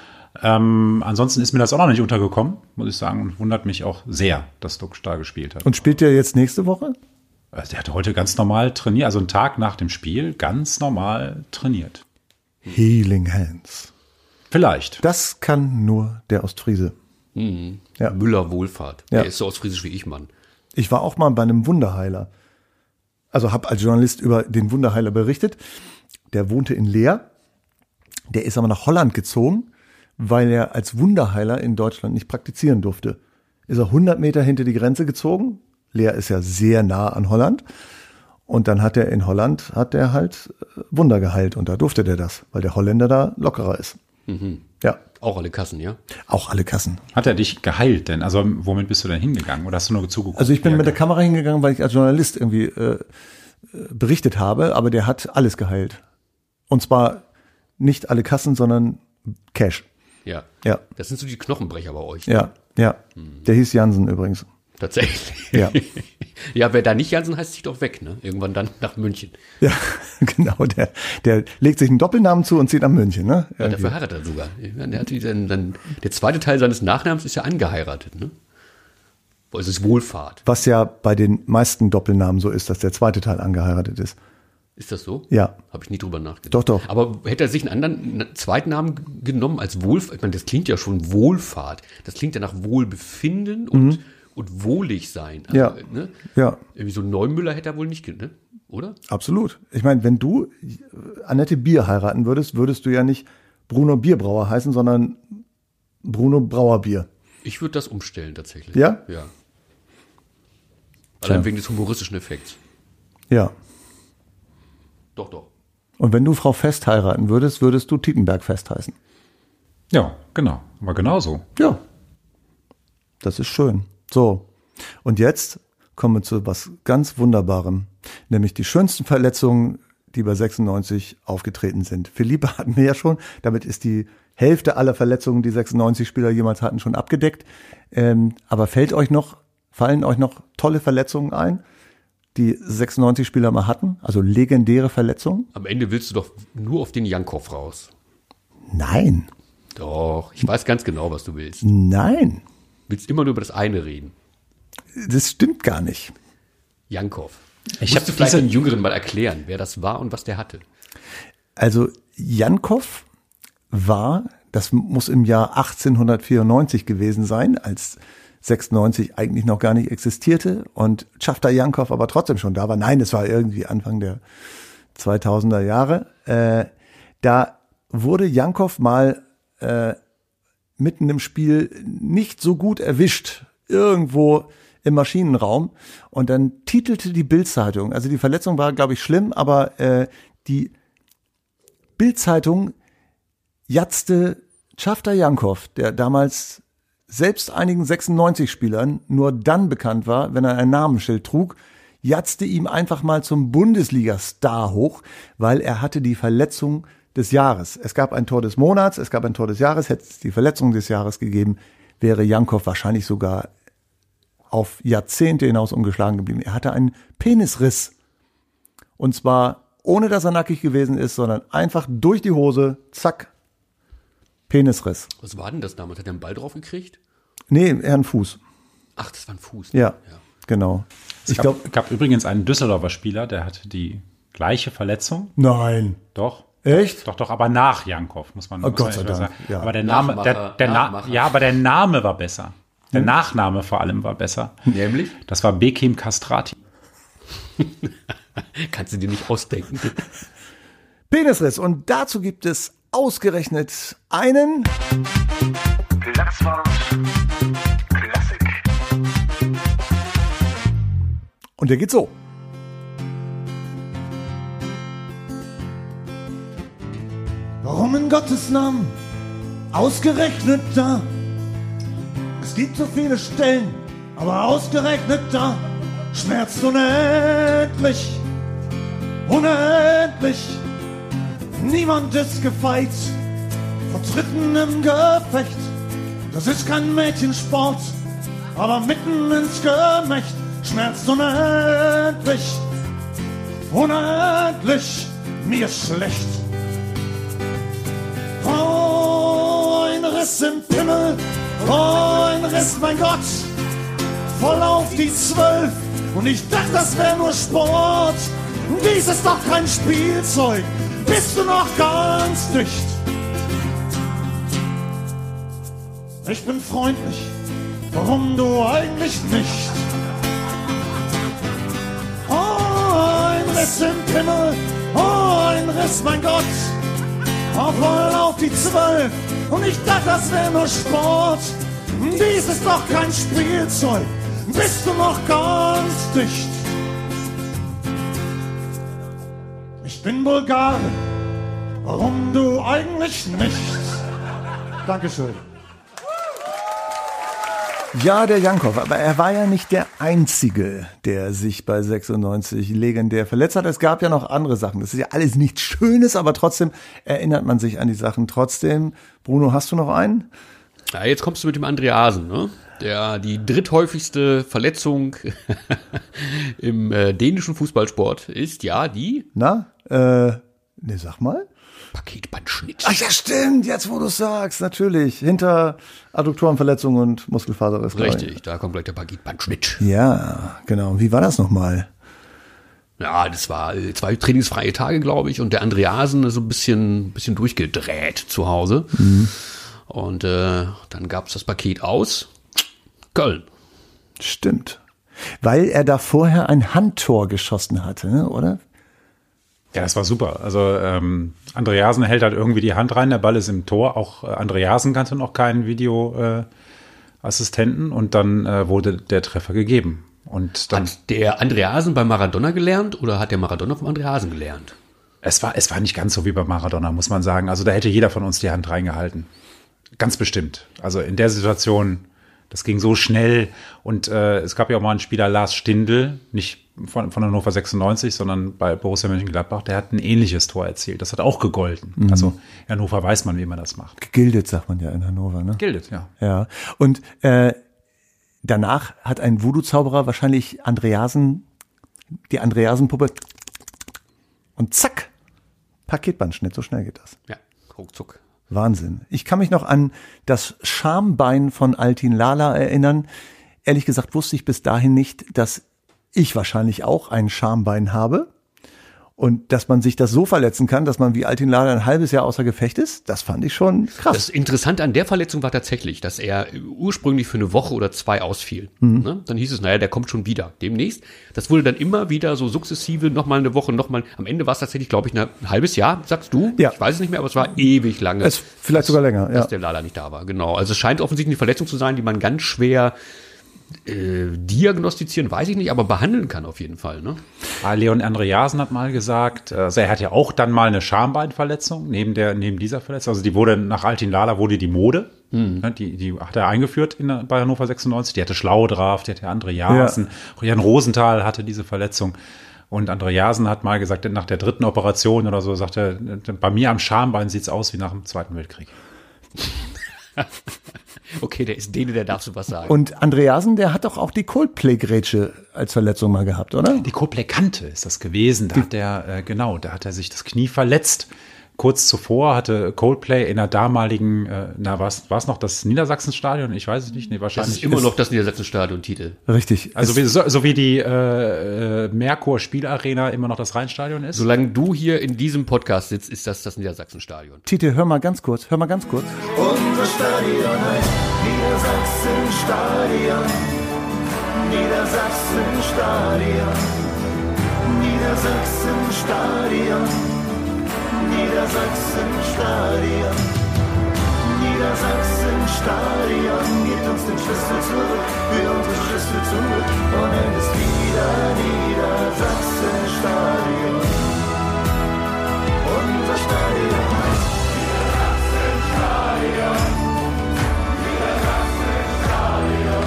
Ansonsten ist mir das auch noch nicht untergekommen, muss ich sagen, und wundert mich auch sehr, dass Duksch da gespielt hat. Und spielt der jetzt nächste Woche? Also der hat heute ganz normal trainiert, also einen Tag nach dem Spiel ganz normal trainiert. Healing Hands. Vielleicht. Das kann nur der Ostfriese. Ja. Müller-Wohlfahrt. Ja. Der ist so ostfriesisch wie ich, Mann. Ich war auch mal bei einem Wunderheiler. Also habe als Journalist über den Wunderheiler berichtet. Der wohnte in Leer. Der ist aber nach Holland gezogen, weil er als Wunderheiler in Deutschland nicht praktizieren durfte. Ist er 100 Meter hinter die Grenze gezogen. Leer ist ja sehr nah an Holland. Und dann hat er in Holland, halt Wunder geheilt. Und da durfte der das, weil der Holländer da lockerer ist. Mhm. Ja. Auch alle Kassen, ja? Auch alle Kassen. Hat er dich geheilt denn? Also womit bist du denn hingegangen? Oder hast du nur zugeguckt? Also ich bin mit der Kamera hingegangen, weil ich als Journalist irgendwie berichtet habe. Aber der hat alles geheilt. Und zwar nicht alle Kassen, sondern Cash. Ja. Ja. Das sind so die Knochenbrecher bei euch. Ne? Ja, ja. Der hieß Jansen übrigens. Tatsächlich. Ja. Ja, wer da nicht Jansen heißt, zieht doch weg, ne? Irgendwann dann nach München. Ja, genau. Der legt sich einen Doppelnamen zu und zieht nach München, ne? Ja, dafür heiratet er sogar. Der hat der zweite Teil seines Nachnamens ist ja angeheiratet, ne? Es ist Wohlfahrt. Was ja bei den meisten Doppelnamen so ist, dass der zweite Teil angeheiratet ist. Ist das so? Ja. Habe ich nie drüber nachgedacht. Doch, doch. Aber hätte er sich einen anderen Zweitnamen genommen als Wohlfahrt? Ich meine, das klingt ja schon Wohlfahrt. Das klingt ja nach Wohlbefinden und wohlig sein. Also, Ja. Ne? Ja, Irgendwie so Neumüller hätte er wohl nicht, ne? Oder? absolut. Ich meine, wenn du Annette Bier heiraten würdest, würdest du ja nicht Bruno Bierbrauer heißen, sondern Bruno Brauerbier. Ich würde das umstellen tatsächlich. Ja? Ja. Allein wegen des humoristischen Effekts. Ja. Doch, doch. Und wenn du Frau Fest heiraten würdest, würdest du Tietenberg Fest heißen. Ja, genau. Aber genauso. Ja. Das ist schön. So. Und jetzt kommen wir zu was ganz Wunderbarem, nämlich die schönsten Verletzungen, die bei 96 aufgetreten sind. Philippe hatten wir ja schon, damit ist die Hälfte aller Verletzungen, die 96-Spieler jemals hatten, schon abgedeckt. Aber fallen euch noch tolle Verletzungen ein, die 96-Spieler mal hatten? Also legendäre Verletzungen? Am Ende willst du doch nur auf den Jankow raus. Nein. Doch, ich weiß ganz genau, was du willst. Nein. Willst immer nur über das eine reden. Das stimmt gar nicht. Jankow. Ich Musst du vielleicht den Jüngeren mal erklären, wer das war und was der hatte. Also Jankow war, das muss im Jahr 1894 gewesen sein, als 96 eigentlich noch gar nicht existierte und Tschafter Jankow aber trotzdem schon da war. Nein, es war irgendwie Anfang der 2000er Jahre. Da wurde Jankow mal mitten im Spiel nicht so gut erwischt, irgendwo im Maschinenraum. Und dann titelte die Bild-Zeitung, also die Verletzung war, glaube ich, schlimm, aber die Bild-Zeitung jatzte Tschafter Jankow, der damals selbst einigen 96-Spielern nur dann bekannt war, wenn er ein Namensschild trug, jatzte ihm einfach mal zum Bundesliga-Star hoch, weil er hatte die Verletzung des Jahres. Es gab ein Tor des Monats, es gab ein Tor des Jahres, hätte es die Verletzung des Jahres gegeben, wäre Jankow wahrscheinlich sogar auf Jahrzehnte hinaus ungeschlagen geblieben. Er hatte einen Penisriss. Und zwar ohne, dass er nackig gewesen ist, sondern einfach durch die Hose, zack, Penisriss. Was war denn das damals? Hat er einen Ball drauf gekriegt? Nee, eher ein Fuß. Ach, das war ein Fuß. Ja, genau. Es gab übrigens einen Düsseldorfer Spieler, der hatte die gleiche Verletzung. Nein. Doch. Echt? Doch, aber nach Jankow, muss man Gott sei echt Dank, sagen. ja. Aber der Name, aber der Name war besser. Der Nachname vor allem war besser. Nämlich? Das war Bekim Kastrati. Kannst du dir nicht ausdenken. Penisriss. Und dazu gibt es ausgerechnet einen Platzwart Klassik. und der geht so. Warum in Gottes Namen ausgerechnet da? Es gibt so viele Stellen, aber ausgerechnet da schmerzt unendlich, unendlich. Niemand ist gefeit vor Tritten im Gefecht. Das ist kein Mädchensport, aber mitten ins Gemächt schmerzt unendlich, unendlich. Mir ist schlecht. Oh, ein Riss im Pimmel, oh, ein Riss, mein Gott, voll auf die 12. Und ich dachte, das wäre nur Sport. Dies ist doch kein Spielzeug. Bist du noch ganz dicht? Ich bin freundlich, warum du eigentlich nicht? Oh, ein Riss im Pimmel, oh, ein Riss, mein Gott, oh, voll auf die 12. Und ich dachte, das wäre nur Sport. Dies ist doch kein Spielzeug. Bist du noch ganz dicht? Ich bin Bulgare, warum du eigentlich nicht? Dankeschön. Ja, der Jankow, aber er war ja nicht der Einzige, der sich bei 96 legendär verletzt hat. Es gab ja noch andere Sachen. Das ist ja alles nichts Schönes, aber trotzdem erinnert man sich an die Sachen trotzdem. Bruno, hast du noch einen? Ja, jetzt kommst du mit dem Andreasen, ne? Die dritthäufigste Verletzung im dänischen Fußballsport ist ja die... Ne, sag mal. Paketbandschnitt. Ach ja, stimmt, jetzt wo du es sagst, natürlich. Hinter Adduktorenverletzung und Muskelfaserriss. Richtig, da kommt gleich der Paketbandschnitt. Ja, genau. Wie war das nochmal? Ja, das war 2 trainingsfreie Tage, glaube ich, und der Andreasen ist so ein bisschen durchgedreht zu Hause. Mhm. Und dann gab es das Paket aus Köln. Stimmt. Weil er da vorher ein Handtor geschossen hatte, ne, oder? Ja, das war super. Also Andreasen hält halt irgendwie die Hand rein, der Ball ist im Tor. Auch Andreasen kannte noch keinen Videoassistenten und dann wurde der Treffer gegeben. Und dann, hat der Andreasen bei Maradona gelernt oder hat der Maradona vom Andreasen gelernt? Es war nicht ganz so wie bei Maradona, muss man sagen. Also da hätte jeder von uns die Hand reingehalten. Ganz bestimmt. Also in der Situation Das ging so schnell und es gab ja auch mal einen Spieler, Lars Stindl, nicht von Hannover 96, sondern bei Borussia Mönchengladbach, der hat ein ähnliches Tor erzielt. Das hat auch gegolten. Also in Hannover weiß man, wie man das macht. Gegildet, sagt man ja in Hannover, ne? Gildet, ja. Ja. Und danach hat ein Voodoo-Zauberer wahrscheinlich die Andreasen-Puppe und zack, Paketbandschnitt, so schnell geht das. Ja, ruckzuck. Wahnsinn. Ich kann mich noch an das Schambein von Altin Lala erinnern. Ehrlich gesagt wusste ich bis dahin nicht, dass ich wahrscheinlich auch ein Schambein habe. Und dass man sich das so verletzen kann, dass man wie Altin Lala ein halbes Jahr außer Gefecht ist, das fand ich schon krass. Das Interessante an der Verletzung war tatsächlich, dass er ursprünglich für eine Woche oder 2 ausfiel. Ne? Dann hieß es, naja, der kommt schon wieder demnächst. Das wurde dann immer wieder so sukzessive, nochmal eine Woche, nochmal. Am Ende war es tatsächlich, glaube ich, ein halbes Jahr, sagst du? Ja. Ich weiß es nicht mehr, aber es war ewig lange. Vielleicht sogar länger, ja. Dass der Lala nicht da war, genau. Also es scheint offensichtlich eine Verletzung zu sein, die man ganz schwer diagnostizieren, weiß ich nicht, aber behandeln kann auf jeden Fall. Ne? Leon Andreasen hat mal gesagt, also er hat ja auch dann mal eine Schambeinverletzung neben dieser Verletzung. Also die wurde nach Altin Lala wurde die Mode, die hat er eingeführt bei Hannover 96. Die hatte Schlaudraff, die hatte Andreasen, auch Jan Rosenthal hatte diese Verletzung. Und Andreasen hat mal gesagt, nach der 3. Operation oder so, sagt er, bei mir am Schambein sieht's aus wie nach dem Zweiten Weltkrieg. Okay, der ist Däne, der darf so was sagen. Und Andreasen, der hat doch auch die Coldplay-Grätsche als Verletzung mal gehabt, oder? Die Coldplay-Kante ist das gewesen. Da hat er sich das Knie verletzt. Kurz zuvor hatte Coldplay in der damaligen, war es noch das Niedersachsenstadion? Ich weiß es nicht. Nee, wahrscheinlich. Das ist immer noch das Niedersachsenstadion-Titel. Richtig. Also so wie die Merkur Spielarena immer noch das Rheinstadion ist. Solange du hier in diesem Podcast sitzt, ist das Niedersachsenstadion. Tite, hör mal ganz kurz. Unser Stadion heißt Niedersachsenstadion. Niedersachsenstadion. Niedersachsenstadion. Niedersachsenstadion. Niedersachsenstadion. Gebt uns den Schlüssel zurück, für unsere Schlüssel zurück. Und es ist wieder Niedersachsenstadion. Unser Stadion heißt Niedersachsenstadion. Niedersachsenstadion.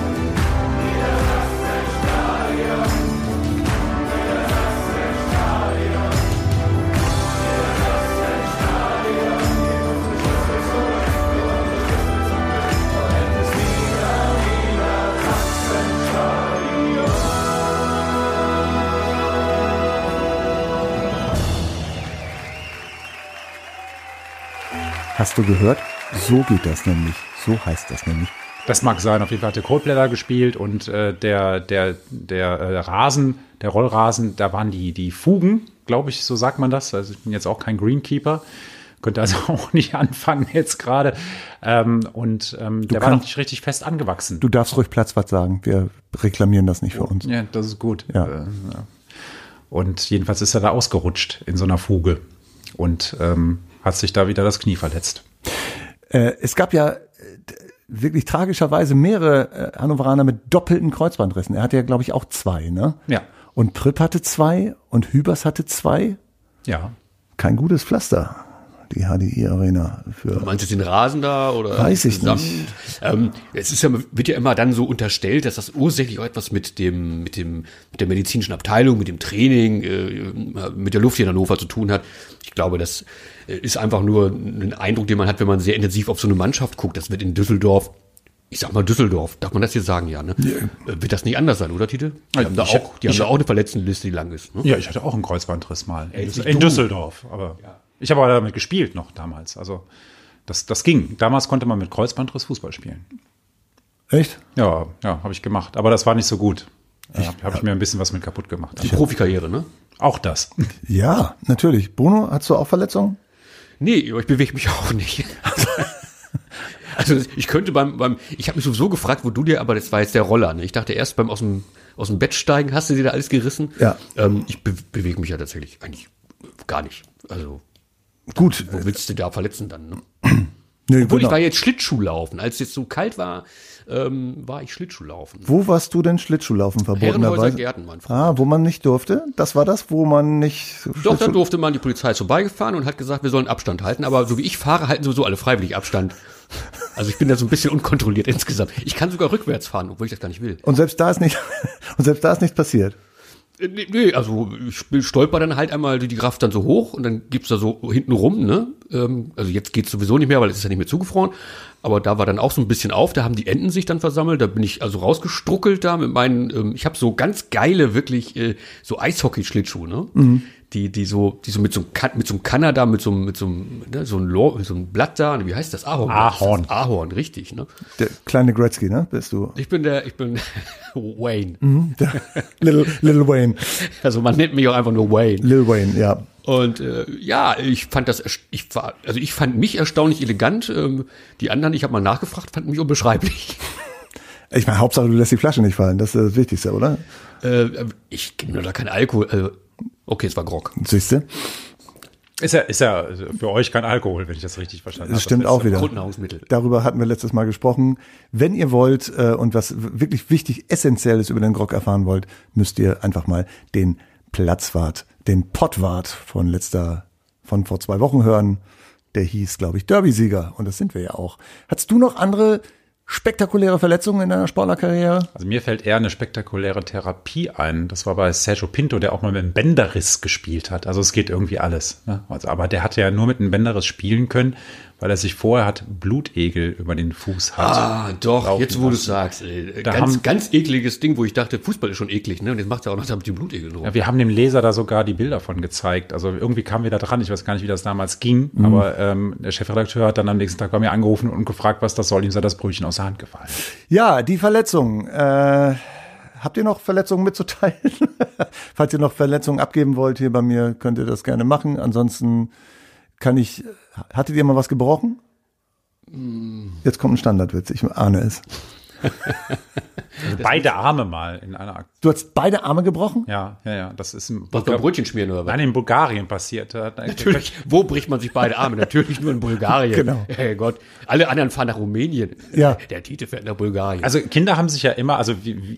Niedersachsenstadion. Hast du gehört? So geht das nämlich. So heißt das nämlich. Das mag sein. Auf jeden Fall hat der Coldplay da gespielt und der Rasen, der Rollrasen, da waren die Fugen, glaube ich, so sagt man das. Also ich bin jetzt auch kein Greenkeeper. Könnte also auch nicht anfangen jetzt gerade. Der war noch nicht richtig fest angewachsen. Du darfst ruhig Platzwart sagen. Wir reklamieren das nicht für uns. Ja, das ist gut. Ja. Und jedenfalls ist er da ausgerutscht in so einer Fuge und hat sich da wieder das Knie verletzt. Es gab ja wirklich tragischerweise mehrere Hannoveraner mit doppelten Kreuzbandrissen. Er hatte ja, glaube ich, auch 2, ne? Ja. Und Pripp hatte 2 und Hübers hatte 2. Ja. Kein gutes Pflaster, die HDI-Arena. Du meinst jetzt den Rasen da oder? Weiß ich nicht. Es ist wird ja immer dann so unterstellt, dass das ursächlich auch etwas mit der medizinischen Abteilung, mit dem Training, mit der Luft hier in Hannover zu tun hat. Ich glaube, das ist einfach nur ein Eindruck, den man hat, wenn man sehr intensiv auf so eine Mannschaft guckt. Das wird in Düsseldorf, ich sag mal Düsseldorf, darf man das jetzt sagen, ja, ne? Ja. Wird das nicht anders sein, oder, Tite? Die haben da auch eine Verletztenliste, die lang ist. Ne? Ja, ich hatte auch einen Kreuzbandriss mal in Düsseldorf, aber ich habe aber damit gespielt noch damals. Also das ging. Damals konnte man mit Kreuzbandriss Fußball spielen. Echt? Ja, habe ich gemacht. Aber das war nicht so gut. Habe ich mir ein bisschen was mit kaputt gemacht. Die Profikarriere, ne? Auch das. Ja, natürlich. Bruno, hast du auch Verletzungen? Nee, ich bewege mich auch nicht. Also ich könnte ich habe mich sowieso gefragt, wo du dir, aber das war jetzt der Roller, ne? Ich dachte erst beim aus dem Bett steigen, hast du dir da alles gerissen? Ja. Ich bewege mich ja tatsächlich eigentlich gar nicht. Also gut. Wo willst du da verletzen dann, ne? Nee, Obwohl, genau. ich war jetzt Schlittschuhlaufen. Als es jetzt so kalt war, war ich Schlittschuhlaufen. Wo warst du denn Schlittschuhlaufen verbotenerweise? Herrenhäuser Gärten, mein Freund. Wo man nicht durfte? Das war das, wo man nicht... Doch, da durfte man, die Polizei ist vorbeigefahren und hat gesagt, wir sollen Abstand halten. Aber so wie ich fahre, halten sowieso alle freiwillig Abstand. Also ich bin da so ein bisschen unkontrolliert insgesamt. Ich kann sogar rückwärts fahren, obwohl ich das gar nicht will. Und selbst da ist nichts passiert. Nee, also ich stolper dann halt einmal die Kraft dann so hoch und dann gibt's da so hinten rum, ne? Also jetzt geht's sowieso nicht mehr, weil es ist ja nicht mehr zugefroren. Aber da war dann auch so ein bisschen auf, da haben die Enten sich dann versammelt, da bin ich also rausgestruckelt da mit meinen, ich habe so ganz geile, wirklich so Eishockey-Schlittschuhe, ne? Die so mit so einem Kanada, mit so einem Blatt da, wie heißt das? Ahorn. Ahorn, richtig, ne? Der kleine Gretzky, ne? Bist du? Ich bin Wayne. Little Wayne. Also man nennt mich auch einfach nur Wayne. Lil Wayne, ja. Und ich fand mich erstaunlich elegant. Die anderen, ich habe mal nachgefragt, fanden mich unbeschreiblich. Ich meine, Hauptsache, du lässt die Flasche nicht fallen. Das ist das Wichtigste, oder? Ich gebe nur da kein Alkohol. Okay, es war Grog. Siehste? Ist ja für euch kein Alkohol, wenn ich das richtig verstanden habe. Das stimmt auch wieder. Grundnahrungsmittel. Darüber hatten wir letztes Mal gesprochen. Wenn ihr wollt und was wirklich wichtig, Essentielles über den Grog erfahren wollt, müsst ihr einfach mal den Platzwart, den Pottwart von vor 2 Wochen hören. Der hieß, glaube ich, Derby-Sieger. Und das sind wir ja auch. Hattest du noch andere spektakuläre Verletzungen in deiner Sportlerkarriere? Also mir fällt eher eine spektakuläre Therapie ein. Das war bei Sergio Pinto, der auch mal mit einem Bänderriss gespielt hat. Also es geht irgendwie alles. Ne? Also, aber der hatte ja nur mit einem Bänderriss spielen können, weil er sich vorher hat Blutegel über den Fuß hat. Ah, doch, jetzt wo du es lassen. sagst. Ey. Ganz ekliges Ding, wo ich dachte, Fußball ist schon eklig, ne? Und jetzt macht er auch noch mit dem Blutegel drauf. Ja, wir haben dem Leser da sogar die Bilder von gezeigt. Also irgendwie kamen wir da dran. Ich weiß gar nicht, wie das damals ging. Aber der Chefredakteur hat dann am nächsten Tag bei mir angerufen und gefragt, was das soll. Ihm sei das Brötchen aus der Hand gefallen. Ja, die Verletzung. Habt ihr noch Verletzungen mitzuteilen? Falls ihr noch Verletzungen abgeben wollt, hier bei mir, könnt ihr das gerne machen. Ansonsten hattet ihr mal was gebrochen? Jetzt kommt ein Standardwitz, ich ahne es. Also beide Arme mal in einer Aktion. Du hast beide Arme gebrochen? Ja. Das ist Was beim Brötchen schmieren oder was? Nein, in Bulgarien passiert. Natürlich, wo bricht man sich beide Arme? Natürlich nur in Bulgarien. Genau. Hey Gott, alle anderen fahren nach Rumänien. Ja. Der Tite fährt nach Bulgarien. Also Kinder haben sich ja immer, also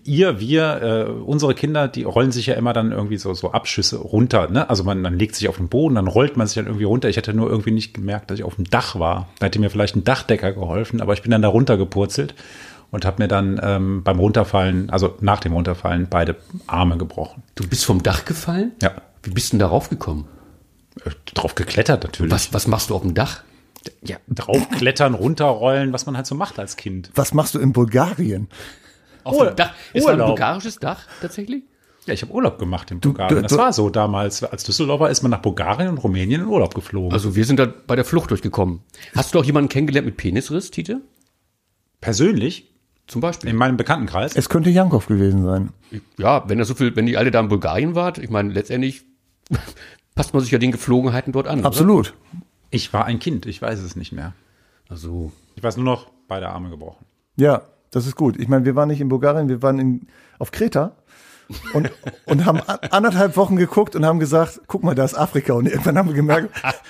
unsere Kinder, die rollen sich ja immer dann irgendwie so Abschüsse runter. Ne? Also man legt sich auf den Boden, dann rollt man sich dann irgendwie runter. Ich hatte nur irgendwie nicht gemerkt, dass ich auf dem Dach war. Da hätte mir vielleicht ein Dachdecker geholfen, aber ich bin dann da runtergepurzelt. Und habe mir dann beim Runterfallen, also nach dem Runterfallen, beide Arme gebrochen. Du bist vom Dach gefallen? Ja. Wie bist du denn darauf gekommen? Drauf geklettert natürlich. Was machst du auf dem Dach? Ja, draufklettern, runterrollen, was man halt so macht als Kind. Was machst du in Bulgarien? Auf dem Dach? Ist das ein bulgarisches Dach tatsächlich? Ja, ich habe Urlaub gemacht in Bulgarien. Das war so damals. Als Düsseldorfer ist man nach Bulgarien und Rumänien in Urlaub geflogen. Also wir sind da bei der Flucht durchgekommen. Hast du auch jemanden kennengelernt mit Penisriss, Tite? Persönlich? Zum Beispiel. In meinem Bekanntenkreis? Es könnte Jankow gewesen sein. Ja, wenn die alle da in Bulgarien wart, ich meine, letztendlich passt man sich ja den Geflogenheiten dort an. Absolut. Oder? Ich war ein Kind, ich weiß es nicht mehr. Also. Ich weiß nur noch, beide Arme gebrochen. Ja, das ist gut. Ich meine, wir waren nicht in Bulgarien, wir waren auf Kreta und haben 1,5 Wochen geguckt und haben gesagt, guck mal, da ist Afrika. Und irgendwann haben wir gemerkt,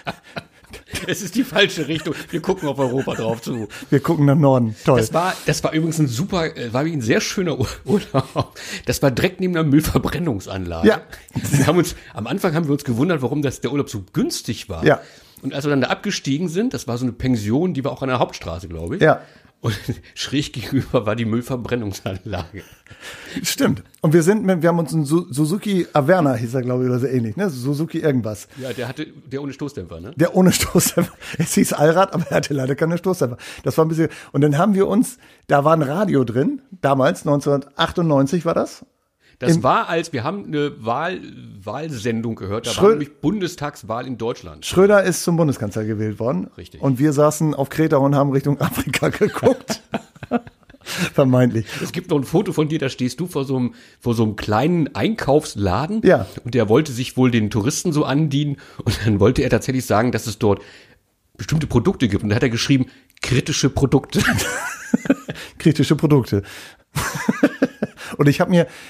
es ist die falsche Richtung. Wir gucken auf Europa drauf zu. wir gucken nach Norden. Toll. Das war übrigens war ein sehr schöner Urlaub. Das war direkt neben einer Müllverbrennungsanlage. Ja. Am Anfang haben wir uns gewundert, warum der Urlaub so günstig war. Ja. Und als wir dann da abgestiegen sind, das war so eine Pension, die war auch an der Hauptstraße, glaube ich. Ja. Und schräg gegenüber war die Müllverbrennungsanlage. Stimmt. Und wir haben uns einen Suzuki Averna, hieß er, glaube ich, oder so ähnlich, ne? Suzuki irgendwas. Ja, der ohne Stoßdämpfer, ne? Der ohne Stoßdämpfer. Es hieß Allrad, aber er hatte leider keine Stoßdämpfer. Das war ein bisschen, und dann haben wir uns, da war ein Radio drin, damals, 1998 war das. Das war wir haben eine Wahlsendung gehört, da war nämlich Bundestagswahl in Deutschland. Schröder ist zum Bundeskanzler gewählt worden. Richtig. Und wir saßen auf Kreta und haben Richtung Afrika geguckt. Vermeintlich. Es gibt noch ein Foto von dir, da stehst du vor so einem kleinen Einkaufsladen. Ja. Und der wollte sich wohl den Touristen so andienen. Und dann wollte er tatsächlich sagen, dass es dort bestimmte Produkte gibt. Und da hat er geschrieben, kritische Produkte. Kritische Produkte. Und ich habe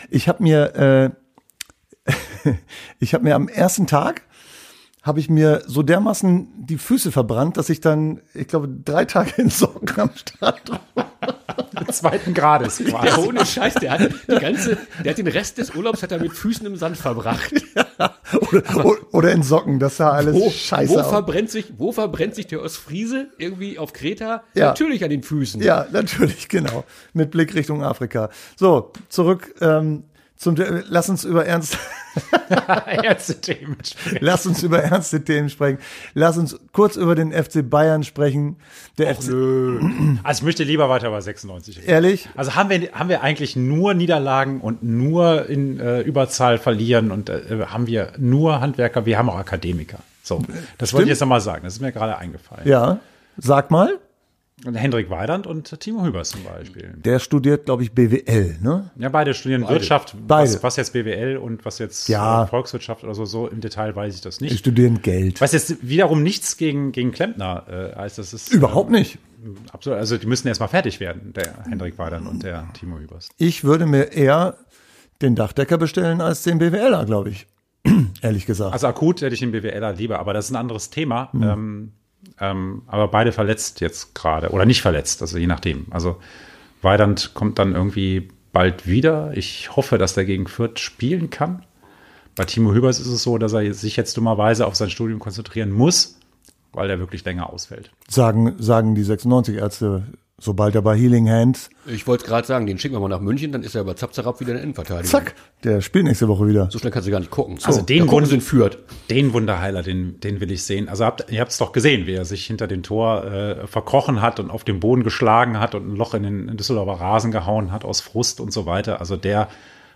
mir am ersten Tag habe ich mir so dermaßen die Füße verbrannt, dass ich dann, ich glaube, 3 Tage in Socken am Strand war. zweiten Grades Der quasi. ohne Scheiß, der hat den Rest des Urlaubs hat er mit Füßen im Sand verbracht. Oder in Socken, das sah alles scheiße Wo aus. verbrennt sich der Ostfriese irgendwie auf Kreta? Ja. Natürlich an den Füßen. Ja, natürlich, genau. Mit Blick Richtung Afrika. So, zurück lass uns über ernste Themen sprechen. Lass uns über ernste Themen sprechen. Lass uns kurz über den FC Bayern sprechen. Der FC, Also ich möchte lieber weiter bei 96 reden. ehrlich? Also haben wir eigentlich nur Niederlagen und nur in Überzahl verlieren und haben wir nur Handwerker, wir haben auch Akademiker. So, das wollte ich jetzt nochmal sagen, das ist mir gerade eingefallen. Ja, sag mal. Und Hendrik Weidand und Timo Hübers zum Beispiel. Der studiert, glaube ich, BWL, ne? Ja, beide studieren Wirtschaft. Beide. Was jetzt BWL und was jetzt Ja. Volkswirtschaft oder so im Detail weiß ich das Die nicht. studieren Geld. Was jetzt wiederum nichts gegen Klempner heißt, das ist Überhaupt nicht. absolut. Also die müssen erstmal fertig werden, der Hendrik Weidand und der Timo Hübers. Ich würde mir eher den Dachdecker bestellen als den BWLer, glaube ich. Ehrlich gesagt. Also akut hätte ich den BWLer lieber, aber das ist ein anderes Thema. Aber beide verletzt jetzt gerade. Oder nicht verletzt, also je nachdem. Also Weidand kommt dann irgendwie bald wieder. Ich hoffe, dass der gegen Fürth spielen kann. Bei Timo Hübers ist es so, dass er sich jetzt dummerweise auf sein Studium konzentrieren muss, weil er wirklich länger ausfällt. sagen die 96-Ärzte, sobald er bei Healing Hands, Ich wollte gerade sagen, den schicken wir mal nach München, dann ist er über Zapzarab wieder in der Innenverteidigung. zack, der spielt nächste Woche wieder. So schnell kannst du gar nicht gucken. Also den da gucken sie in Fürth. Den Wunderheiler, den will ich sehen. Also ihr habt es doch gesehen, wie er sich hinter dem Tor verkrochen hat und auf den Boden geschlagen hat und ein Loch in den Düsseldorfer Rasen gehauen hat aus Frust und so weiter. Also er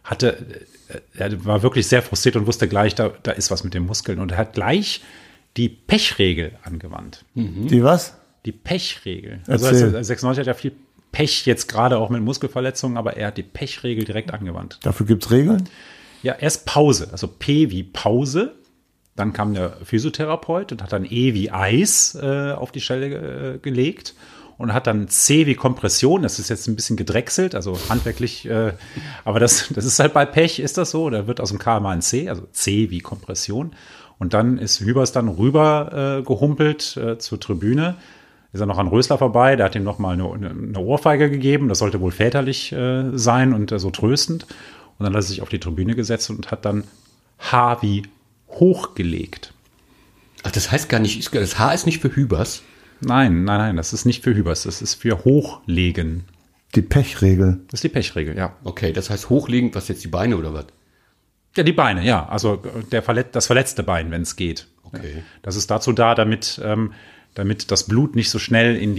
war wirklich sehr frustriert und wusste gleich, da ist was mit den Muskeln. Und er hat gleich die Pechregel angewandt. Die was? Die Pechregel. Also Erzähl. 96 hat ja viel Pech jetzt gerade auch mit Muskelverletzungen, aber er hat die Pechregel direkt angewandt. Dafür gibt's Regeln? Ja, erst Pause, also P wie Pause. Dann kam der Physiotherapeut und hat dann E wie Eis auf die Stelle gelegt und hat dann C wie Kompression. Das ist jetzt ein bisschen gedrechselt, also handwerklich, aber das ist halt bei Pech, ist das so. Da wird aus dem K mal ein C, also C wie Kompression. Und dann ist Hübers dann rüber gehumpelt zur Tribüne. Ist er noch an Rösler vorbei, der hat ihm noch mal eine Ohrfeige gegeben. Das sollte wohl väterlich sein und so tröstend. Und dann hat er sich auf die Tribüne gesetzt und hat dann H wie hochgelegt. Ach, das heißt gar nicht, das H ist nicht für Hübers. Nein, das ist nicht für Hübers, das ist für hochlegen. Die Pechregel. Das ist die Pechregel, ja. Okay, das heißt hochlegen, was jetzt die Beine oder was? Ja, die Beine, ja. Also das verletzte Bein, wenn es geht. Okay. Das ist dazu da, damit das Blut nicht so schnell in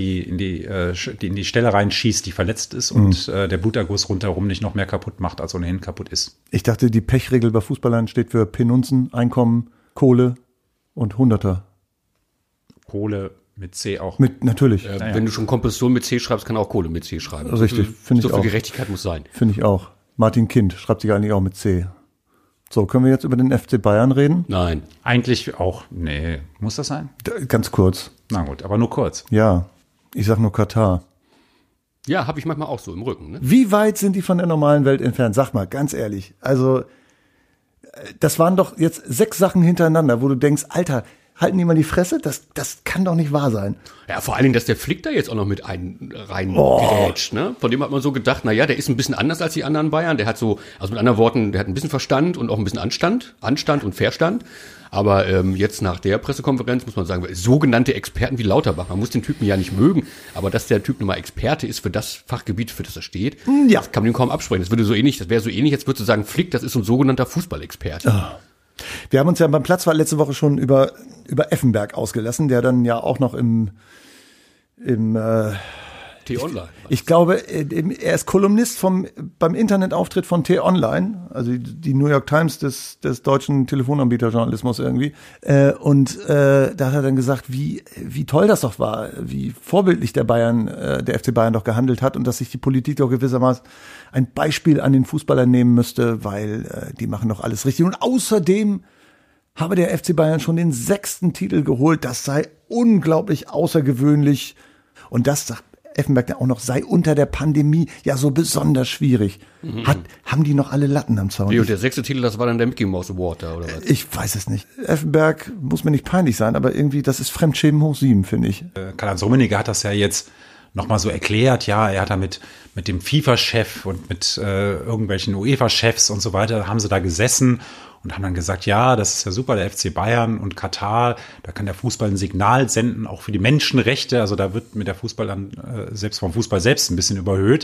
die Stelle reinschießt, die verletzt ist und der Bluterguss rundherum nicht noch mehr kaputt macht, als ohnehin kaputt ist. Ich dachte, die Pechregel bei Fußballern steht für Penunzen, Einkommen, Kohle und Hunderter. Kohle mit C auch. Natürlich. Wenn du schon Kompression mit C schreibst, kann auch Kohle mit C schreiben. Richtig, finde So ich viel auch. Gerechtigkeit muss sein. Finde ich auch. Martin Kind schreibt sich eigentlich auch mit C. So, können wir jetzt über den FC Bayern reden? Nein. Eigentlich auch, nee, muss das sein? Ganz kurz. Na gut, aber nur kurz. Ja, ich sag nur Katar. Ja, habe ich manchmal auch so im Rücken. Ne? Wie weit sind die von der normalen Welt entfernt? Sag mal, ganz ehrlich. Also, das waren doch jetzt 6 Sachen hintereinander, wo du denkst, Alter, halten die mal die Fresse? Das kann doch nicht wahr sein. Ja, vor allen Dingen, dass der Flick da jetzt auch noch mit reingrätscht, ne? Von dem hat man so gedacht, na ja, der ist ein bisschen anders als die anderen Bayern. Der hat so, also mit anderen Worten, der hat ein bisschen Verstand und auch ein bisschen Anstand und Verstand. Aber jetzt nach der Pressekonferenz muss man sagen, sogenannte Experten wie Lauterbach, man muss den Typen ja nicht mögen, aber dass der Typ nun mal Experte ist für das Fachgebiet, für das er steht, Ja. das kann man ihm kaum absprechen. Das wäre so ähnlich, jetzt würdest du sagen, Flick, das ist so ein sogenannter Fußballexperte. Wir haben uns ja beim Platzwart letzte Woche schon über Effenberg ausgelassen, der dann ja auch noch im T-Online. ich glaube, er ist Kolumnist beim Internetauftritt von T-Online, also die New York Times des deutschen Telefonanbieterjournalismus irgendwie. Und da hat er dann gesagt, wie toll das doch war, wie vorbildlich der FC Bayern doch gehandelt hat und dass sich die Politik doch gewissermaßen ein Beispiel an den Fußballern nehmen müsste, weil die machen doch alles richtig. Und außerdem habe der FC Bayern schon den 6. Titel geholt. Das sei unglaublich außergewöhnlich. Und das sagt Effenberg auch noch, sei unter der Pandemie ja so besonders schwierig. Haben die noch alle Latten am Zaun? Und der 6. Titel, das war dann der Mickey Mouse Award da, oder was? Ich weiß es nicht. Effenberg muss mir nicht peinlich sein, aber irgendwie, das ist Fremdschämen hoch 7, finde ich. Karl-Heinz Rummenigge hat das ja jetzt nochmal so erklärt, ja, er hat da mit dem FIFA-Chef und mit irgendwelchen UEFA-Chefs und so weiter, haben sie da gesessen und haben dann gesagt, ja, das ist ja super, der FC Bayern und Katar, da kann der Fußball ein Signal senden, auch für die Menschenrechte, also da wird mit der Fußball dann selbst vom Fußball selbst ein bisschen überhöht.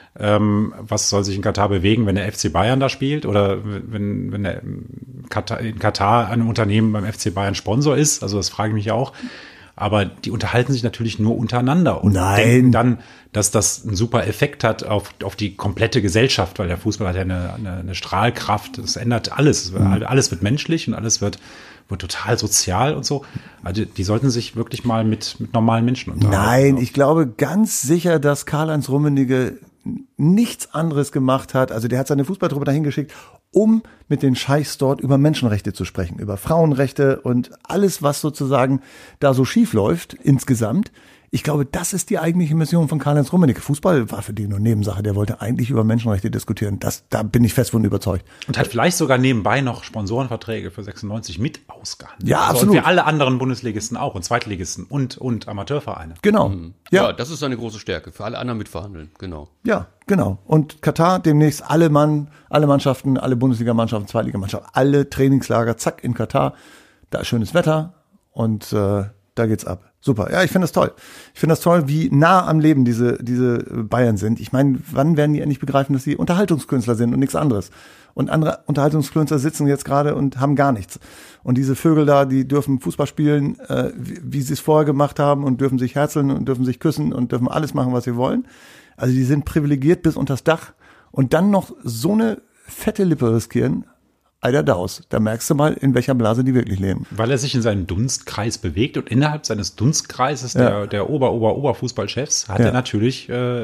Was soll sich in Katar bewegen, wenn der FC Bayern da spielt oder wenn der in Katar ein Unternehmen beim FC Bayern Sponsor ist? Also das frage ich mich auch. Aber die unterhalten sich natürlich nur untereinander und denken dann, dass das einen super Effekt hat auf die komplette Gesellschaft, weil der Fußball hat ja eine Strahlkraft, das ändert alles. Alles wird menschlich und alles wird total sozial und so. Also die sollten sich wirklich mal mit normalen Menschen unterhalten. Nein, ich glaube ganz sicher, dass Karl-Heinz Rummenigge nichts anderes gemacht hat. Also der hat seine Fußballtruppe dahin geschickt, um mit den Scheichs dort über Menschenrechte zu sprechen, über Frauenrechte und alles, was sozusagen da so schief läuft insgesamt. Ich glaube, das ist die eigentliche Mission von Karl-Heinz Rummenigge. Fußball war für den nur Nebensache. Der wollte eigentlich über Menschenrechte diskutieren. Da bin ich fest von überzeugt. Und hat vielleicht sogar nebenbei noch Sponsorenverträge für 96 mit ausgehandelt. Ja, also absolut. und für alle anderen Bundesligisten auch und Zweitligisten und Amateurvereine. Genau. Ja, das ist seine große Stärke. Für alle anderen mitverhandeln, genau. Ja, genau. Und Katar demnächst alle Mannschaften, alle Bundesligamannschaften, Zweitligamannschaften, alle Trainingslager, zack, in Katar. Da ist schönes Wetter und da geht's ab. Super. Ja, ich finde das toll. Ich finde das toll, wie nah am Leben diese Bayern sind. Ich meine, wann werden die endlich begreifen, dass sie Unterhaltungskünstler sind und nichts anderes? Und andere Unterhaltungskünstler sitzen jetzt gerade und haben gar nichts. Und diese Vögel da, die dürfen Fußball spielen, wie sie es vorher gemacht haben und dürfen sich herzeln und dürfen sich küssen und dürfen alles machen, was sie wollen. Also die sind privilegiert bis unters Dach. Und dann noch so eine fette Lippe riskieren, Alter Daus, da merkst du mal, in welcher Blase die wirklich leben. Weil er sich in seinem Dunstkreis bewegt und innerhalb seines Dunstkreises der Oberfußballchefs hat er natürlich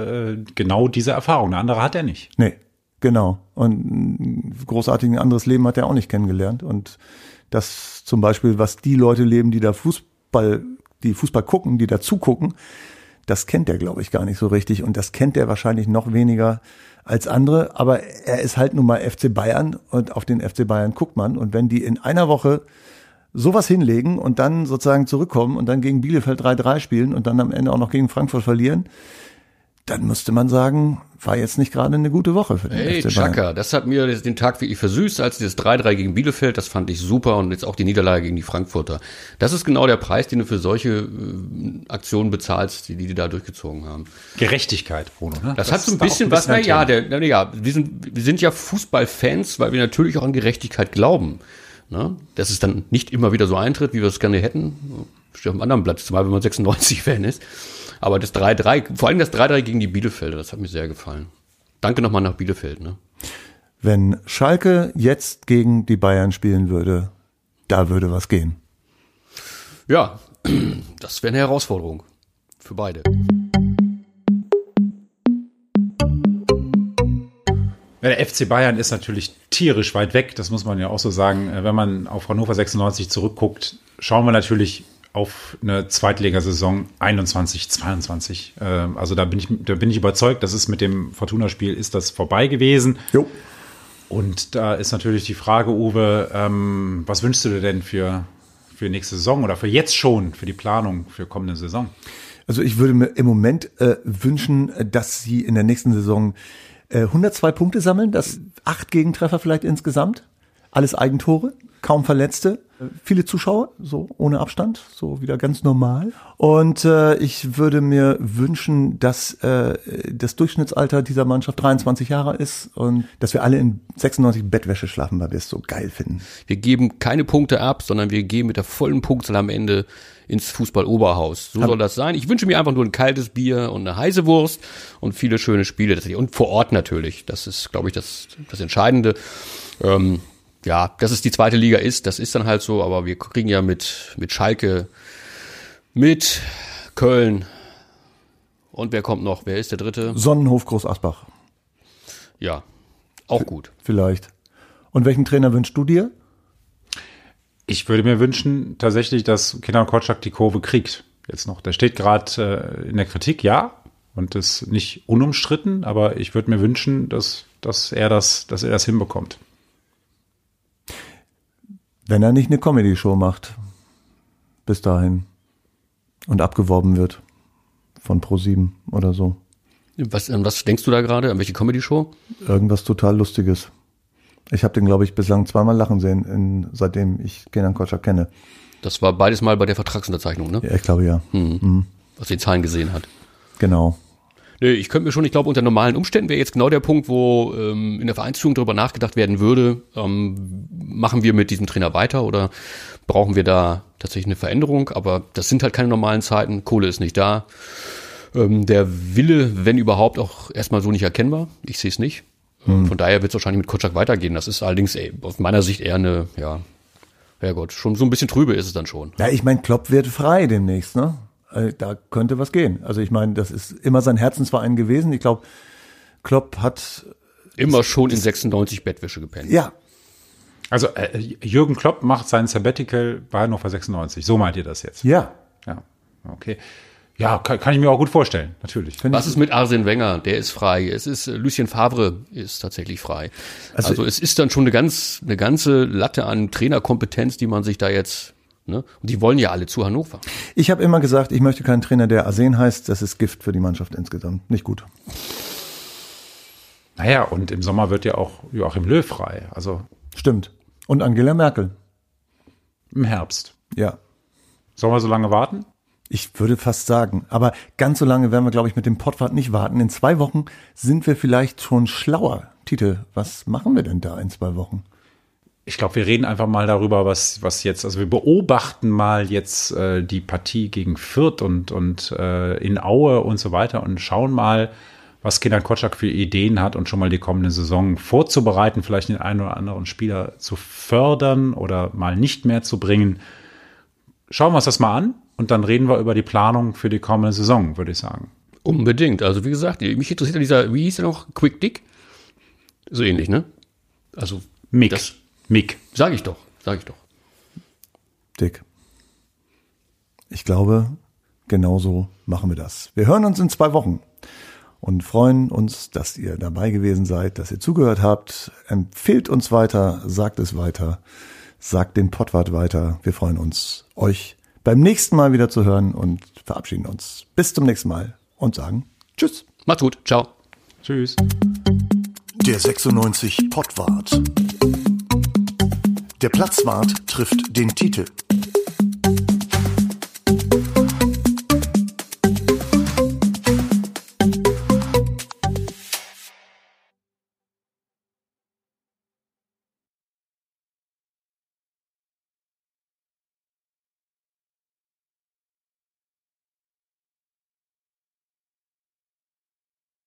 genau diese Erfahrung. Eine andere hat er nicht. Nee, genau. Und ein großartiges anderes Leben hat er auch nicht kennengelernt. Und das zum Beispiel, was die Leute leben, die Fußball gucken, die da zugucken, das kennt er, glaube ich, gar nicht so richtig. Und das kennt er wahrscheinlich noch weniger als andere, aber er ist halt nun mal FC Bayern und auf den FC Bayern guckt man. Und wenn die in einer Woche sowas hinlegen und dann sozusagen zurückkommen und dann gegen Bielefeld 3-3 spielen und dann am Ende auch noch gegen Frankfurt verlieren, dann müsste man sagen, war jetzt nicht gerade eine gute Woche für den FC Bayern. Chaka, das hat mir den Tag wirklich versüßt, als dieses 3-3 gegen Bielefeld, das fand ich super und jetzt auch die Niederlage gegen die Frankfurter. Das ist genau der Preis, den du für solche Aktionen bezahlst, die da durchgezogen haben. Gerechtigkeit, Bruno. Ne? Das hat so ein bisschen was, wir sind ja Fußballfans, weil wir natürlich auch an Gerechtigkeit glauben. Ne? Dass es dann nicht immer wieder so eintritt, wie wir es gerne hätten. Steht auf einem anderen Blatt, zumal wenn man 96-Fan ist. Aber das 3-3, vor allem das 3-3 gegen die Bielefelder, das hat mir sehr gefallen. Danke nochmal nach Bielefeld. Ne? Wenn Schalke jetzt gegen die Bayern spielen würde, da würde was gehen. Ja, das wäre eine Herausforderung für beide. Ja, der FC Bayern ist natürlich tierisch weit weg, das muss man ja auch so sagen. Wenn man auf Hannover 96 zurückguckt, schauen wir natürlich auf eine Zweitligasaison 21-22. Also da bin ich überzeugt, dass es mit dem Fortuna-Spiel ist das vorbei gewesen. Jo. Und da ist natürlich die Frage, Uwe, was wünschst du dir denn für nächste Saison oder für jetzt schon, für die Planung für kommende Saison? Also ich würde mir im Moment wünschen, dass sie in der nächsten Saison 102 Punkte sammeln, das 8 Gegentreffer vielleicht insgesamt, alles Eigentore, kaum Verletzte, viele Zuschauer, so ohne Abstand, so wieder ganz normal. Und ich würde mir wünschen, dass das Durchschnittsalter dieser Mannschaft 23 Jahre ist und dass wir alle in 96 Bettwäsche schlafen, weil wir es so geil finden. Wir geben keine Punkte ab, sondern wir gehen mit der vollen Punktzahl am Ende ins Fußball-Oberhaus. So soll das sein. Ich wünsche mir einfach nur ein kaltes Bier und eine heiße Wurst und viele schöne Spiele. Und vor Ort natürlich. Das ist, glaube ich, das Entscheidende. Ja, dass es die zweite Liga ist, das ist dann halt so. Aber wir kriegen ja mit Schalke, mit Köln und wer kommt noch? Wer ist der dritte? Sonnenhof Groß Asbach. Ja, auch gut. Vielleicht. Und welchen Trainer wünschst du dir? Ich würde mir wünschen, tatsächlich, dass Kenan Kotschak die Kurve kriegt. Jetzt noch. Der steht gerade in der Kritik, ja. Und ist nicht unumstritten, aber ich würde mir wünschen, dass er das hinbekommt. Wenn er nicht eine Comedy-Show macht. Bis dahin. Und abgeworben wird. von Pro7 oder so. An was denkst du da gerade? An welche Comedy-Show? Irgendwas total Lustiges. Ich habe den, glaube ich, bislang zweimal lachen sehen, seitdem ich Kenan Kotschak kenne. Das war beides mal bei der Vertragsunterzeichnung, ne? Ja, ich glaube ja. Was die Zahlen gesehen hat. Genau. Nee, ich glaube, unter normalen Umständen wäre jetzt genau der Punkt, wo in der Vereinsführung darüber nachgedacht werden würde, machen wir mit diesem Trainer weiter oder brauchen wir da tatsächlich eine Veränderung? Aber das sind halt keine normalen Zeiten, Kohle ist nicht da. Der Wille, wenn überhaupt, auch erstmal so nicht erkennbar. Ich sehe es nicht. Von daher wird es wahrscheinlich mit Kotschak weitergehen. Das ist allerdings aus meiner Sicht eher eine, schon so ein bisschen trübe ist es dann schon. Ja, ich meine, Klopp wird frei demnächst, ne? Da könnte was gehen. Also ich meine, das ist immer sein Herzensverein gewesen. Ich glaube, Klopp hat immer schon in 96 Bettwäsche gepennt. Ja. Also Jürgen Klopp macht sein Sabbatical bei Hannover 96. So meint ihr das jetzt? Ja. Ja, okay. Ja, kann ich mir auch gut vorstellen, natürlich. Was ist mit Arsene Wenger? Der ist frei. Es ist Lucien Favre ist tatsächlich frei. Also es ist dann schon eine ganze Latte an Trainerkompetenz, die man sich da jetzt, ne? Und die wollen ja alle zu Hannover. Ich habe immer gesagt, ich möchte keinen Trainer, der Arsene heißt. Das ist Gift für die Mannschaft insgesamt. Nicht gut. Naja, und im Sommer wird ja auch Joachim Löw frei. Also Stimmt. Und Angela Merkel. im Herbst. Ja. Sollen wir so lange warten? Ich würde fast sagen. Aber ganz so lange werden wir, glaube ich, mit dem Pottwart nicht warten. In 2 Wochen sind wir vielleicht schon schlauer. Tite, was machen wir denn da in 2 Wochen? Ich glaube, wir reden einfach mal darüber, was jetzt, also wir beobachten mal jetzt die Partie gegen Fürth und in Aue und so weiter und schauen mal, was Kenan Kotschak für Ideen hat und schon mal die kommende Saison vorzubereiten, vielleicht den einen oder anderen Spieler zu fördern oder mal nicht mehr zu bringen. Schauen wir uns das mal an und dann reden wir über die Planung für die kommende Saison, würde ich sagen. Unbedingt. Also wie gesagt, mich interessiert ja dieser, wie hieß der noch? Quick Dick? So ähnlich, ne? Also Mick. Sag ich doch. Dick. Ich glaube, genauso machen wir das. Wir hören uns in 2 Wochen und freuen uns, dass ihr dabei gewesen seid, dass ihr zugehört habt. Empfehlt uns weiter, sagt es weiter, sagt den Pottwart weiter. Wir freuen uns, euch beim nächsten Mal wieder zu hören und verabschieden uns. Bis zum nächsten Mal und sagen Tschüss. Macht's gut. Ciao. Tschüss. Der 96 Pottwart. Der Platzwart trifft den Titel.